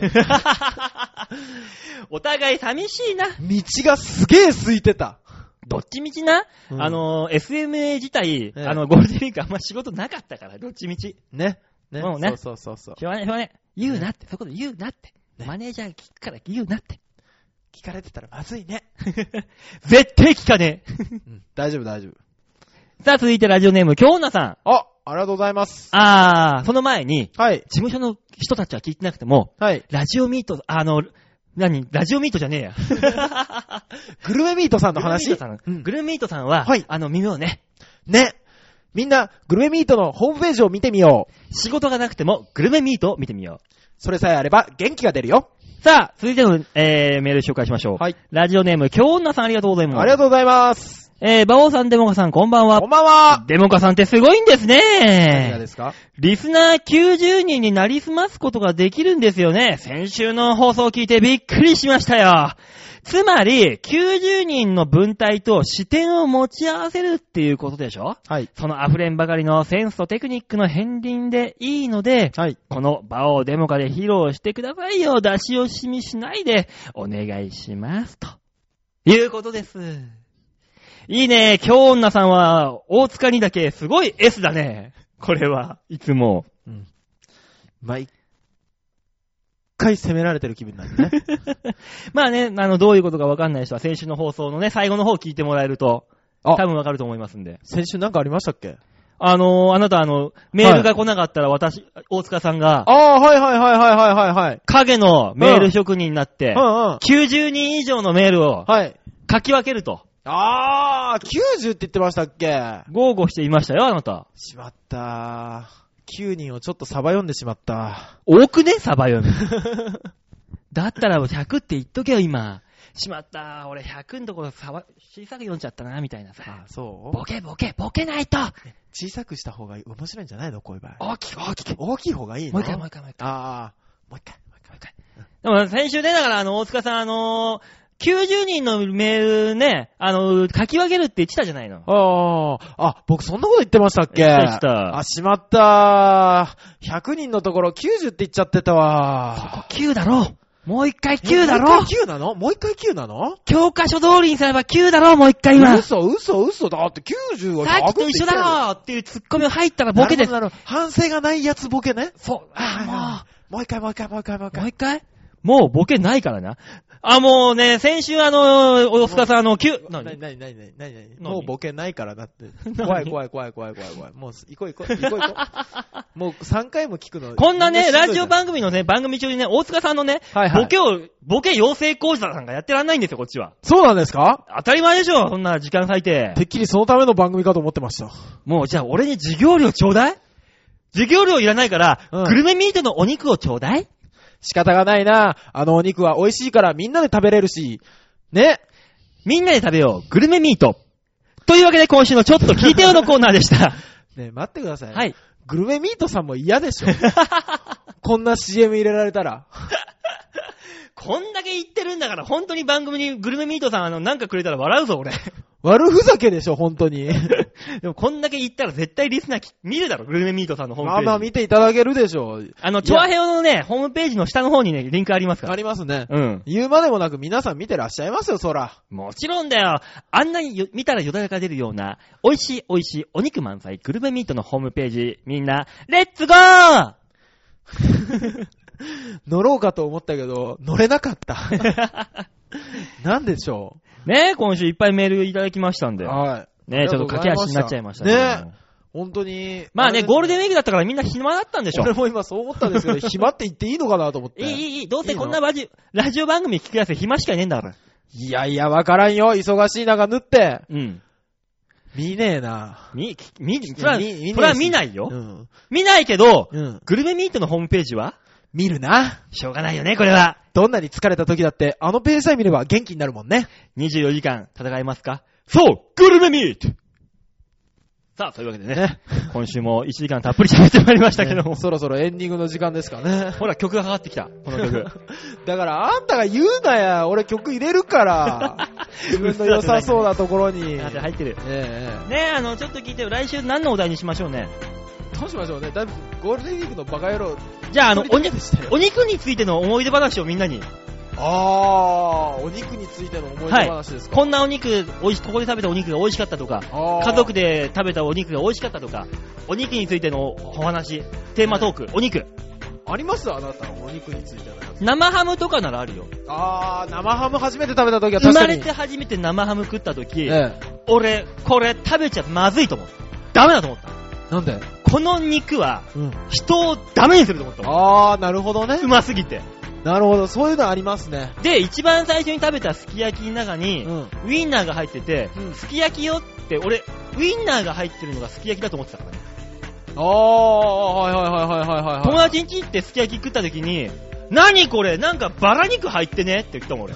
お互い寂しいな。 道がすげえ空いてた。 どっちみちな、SMA 自体、ゴールデンウィークあんま仕事なかったから、どっちみち。 ね。 もうね。 そう。 しょうがない。言うなって、そこで言うなって。マネージャー聞くから言うなって。 聞かれてたらまずいね。 絶対聞かねえ。 大丈夫。 さあ続いてラジオネーム、京女さん。 ありがとうございます。 その前に、 はい。 事務所の人たちは聞いてなくても、 はい。 ラジオミート、ラジオミートじゃねえや。 グルメミートさんの話？ グルメミートさんは、 はい。 耳をね。 みんな、グルメミートのホームページを見てみよう。仕事がなくても、グルメミートを見てみよう。 それさえあれば、元気が出るよ。 さあ、続いての、メール紹介しましょう。 はい。 ラジオネーム、京女さんありがとうございます。 ありがとうございます。 馬王さん、デモカさん、こんばんは。 こんばんは。 デモカさんってすごいんですね。 何がですか？ リスナー90人になりすますことができるんですよね。先週の放送を聞いてびっくりしましたよ。つまり、90人の文体と視点を持ち合わせるっていうことでしょ？ はい。 その溢れんばかりのセンスとテクニックの片鱗でいいので、 はい。 この馬王デモカで披露してくださいよ。出し惜しみしないでお願いします。ということです。いいね。京女さんは、大塚にだけすごい S だね。これは、いつも。 一回責められてる気分なんでね。 まあね、どういうことかわかんない人は、先週の放送のね、最後の方聞いてもらえると、多分わかると思いますんで。 先週なんかありましたっけ？ あなたメールが来なかったら大塚さんが、 はい。 影のメール職人になって、90人以上のメールを、書き分けると。 90って言ってましたっけ？ 豪語していましたよ、あなた。 しまった。9人をちょっとサバ読んでしまった。 多くね、サバ読み。だったら100って言っとけよ、今。 しまった、俺100のところ小さく読んじゃったな、みたいなさ。 あ、そうボケないと小さくした方が面白いんじゃないのこういう場合。 大きい方がいいの？ もう一回。 ああ、もう一回。 でも先週ね、だから大塚さん90人のメールね、書き分けるって言ってたじゃないの。 僕そんなこと言ってましたっけ？ 言ってた。 しまった。100人のところ90って言っちゃってたわ。 そこ9だろ。もう一回9だろ。 もう一回9なの？もう一回9なの？ 教科書通りにすれば9だろ、もう一回は。 嘘。だって90はさっきと一緒だろっていうツッコミを入ったらボケです。 反省がないやつボケね。 そう。 もう一回。 もう一回もうボケないからな。もうね、先週大塚さん9。 何もうボケないからだって。怖い。もう行こう。もう3回も聞くの。 こんなね、ラジオ番組のね、番組中にね、大塚さんのね、ボケ養成講座さんがやってらんないんですよ、こっちは。 そうなんですか？ 当たり前でしょ、そんな時間割いて。 てっきりそのための番組かと思ってました。 もうじゃあ俺に授業料ちょうだい？授業料いらないから、グルメミートのお肉をちょうだい？ 仕方がないな。お肉は美味しいからみんなで食べれるし。ね。 みんなで食べよう。グルメミート。というわけで今週のちょっと聞いてよのコーナーでした。 ねえ、待ってください。 はい。 グルメミートさんも嫌でしょ。こんな CM 入れられたら。 こんだけ言ってるんだから、本当に番組にグルメミートさんなんかくれたら笑うぞ、俺。 悪ふざけでしょ、本当に。 でもこんだけ言ったら絶対リスナー見るだろ、グルメミートさんのホームページ。 まあ見ていただけるでしょ。 チョアヘオのね、ホームページの下の方にね、リンクありますから。 ありますね。 うん。 言うまでもなく皆さん見てらっしゃいますよ、そら。 もちろんだよ。あんなに見たらよだれが出るような、美味しいお肉満載グルメミートのホームページ、みんな、レッツゴー乗ろうかと思ったけど、乗れなかった。なんでしょう。ねえ、今週いっぱいメールいただきましたんで。 はい。 ねえ、ちょっと駆け足になっちゃいましたね。 ねえ。本当に。 まあね、ゴールデンウィークだったからみんな暇だったんでしょ。 俺も今そう思ったんですけど、暇って言っていいのかなと思って。 いい。どうせこんなラジオ番組聞くやつ暇しかいねえんだから。 いや、わからんよ。忙しい中縫って。 うん。 見ねえな。 それは見ないよ。うん。見ないけど、グルメミートのホームページは見るな。 しょうがないよね、これは。 どんなに疲れた時だって、ページさえ見れば元気になるもんね。 24時間戦えますか？そう、グルメミート。さあ、というわけでね、今週も1時間たっぷり喋ってまいりましたけども、 そろそろエンディングの時間ですかね。 ほら、曲がかかってきた、この曲。 だから、あんたが言うなや、俺曲入れるから。自分の良さそうなところに。 入ってる。ねえ、ちょっと聞いてよ、来週何のお題にしましょうね。 どうしましょうね。だいぶゴールデンウィークのバカ野郎。 じゃあ、お肉についての思い出話をみんなに。 お肉についての思い出話ですか？ こんなお肉、ここで食べたお肉が美味しかったとか、家族で食べたお肉が美味しかったとか、お肉についてのお話、テーマトーク、お肉。 あります？あなた、お肉についてのやつ。 生ハムとかならあるよ。 生ハム初めて食べた時は確かに。 生まれて初めて生ハム食った時、俺、これ食べちゃまずいと思った。ダメだと思った。 なんで？ この肉は、人をダメにすると思った。 なるほどね。 うますぎて。 なるほど、そういうのありますね。 で、一番最初に食べたすき焼きの中に、ウインナーが入ってて、すき焼きよって、俺、ウインナーが入ってるのがすき焼きだと思ってたからね。 はい。 友達ん家行ってすき焼き食った時に、何これなんかバラ肉入ってねって言ったもん俺。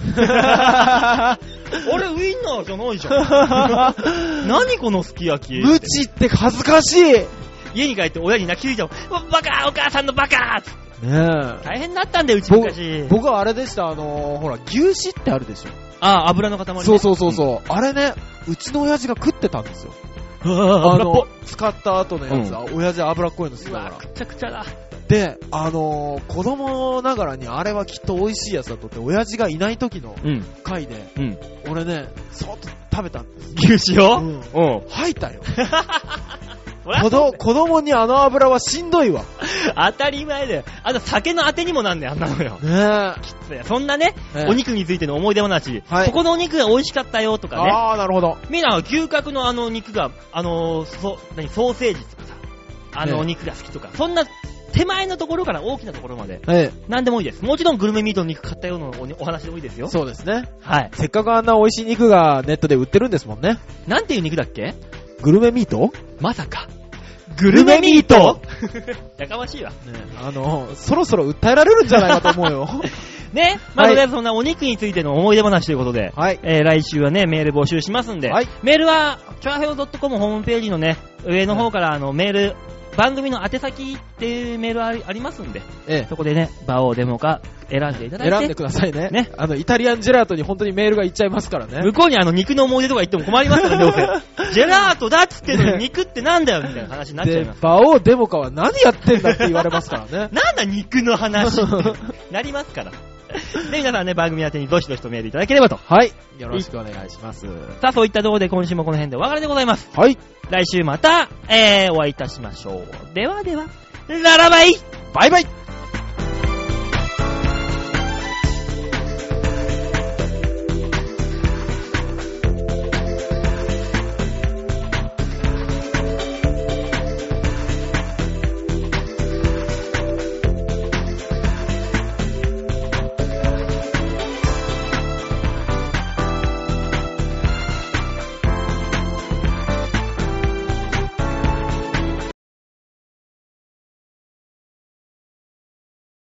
俺ウインナーじゃないじゃん。何このすき焼き。 無知って恥ずかしい。 家に帰って親に泣きついちゃう。バカお母さんのバカって。 ねえ。 大変だったんだよ、うち昔。 僕はあれでした、ほら、牛脂ってあるでしょ。 油の塊ね。 そう。あれね、うちの親父が食ってたんですよ。使った後のやつは、親父油っこいの好きだから。 くちゃくちゃだ。 で、子供ながらにあれはきっと美味しいやつだとって、親父がいない時の回で、俺ね、そっと食べたんです。 牛脂を吐いたよ。子供に油はしんどいわ。 当たり前だよ。酒のあてにもなんねん、あんなのよ。 ねえ。 きつい。そんなね、お肉についての思い出話、ここのお肉が美味しかったよとかね。 なるほど。 みんな牛角の肉が、ソーセージとかさ、お肉が好きとか、そんな手前のところから大きなところまで、何でもいいです。もちろんグルメミートの肉買ったようなお話でもいいですよ。 そうですね。 はい。 せっかくあんな美味しい肉がネットで売ってるんですもんね。 なんていう肉だっけ？ グルメミート？ まさか。グルメミートやかましいわ。 そろそろ訴えられるんじゃないかと思うよ。 ね、まあ、とりあえずそんなお肉についての思い出話ということで、 はい。 来週はね、メール募集しますんで、 はい。 メールは、チョアヘオ .com ホームページのね、上の方からメール、番組の宛先っていうメールありますんで、そこでね、バオデモか選んでいただいて。 選んでくださいね。ね。イタリアンジェラートに本当にメールが行っちゃいますからね。 向こうに肉の思い出とか言っても困りますからね、どうせ。ジェラートだっつってのに肉ってなんだよみたいな話になっちゃいます。 で、バオデモかは何やってんだって言われますからね。 なんだ肉の話ってなりますから。で、皆さんね、番組宛てにどしどしとメールいただければと。 はい。よろしくお願いします。 さあ、そういったところで今週もこの辺でお別れでございます。 はい。 来週また、お会いいたしましょう。ではでは、ララバイバイバイ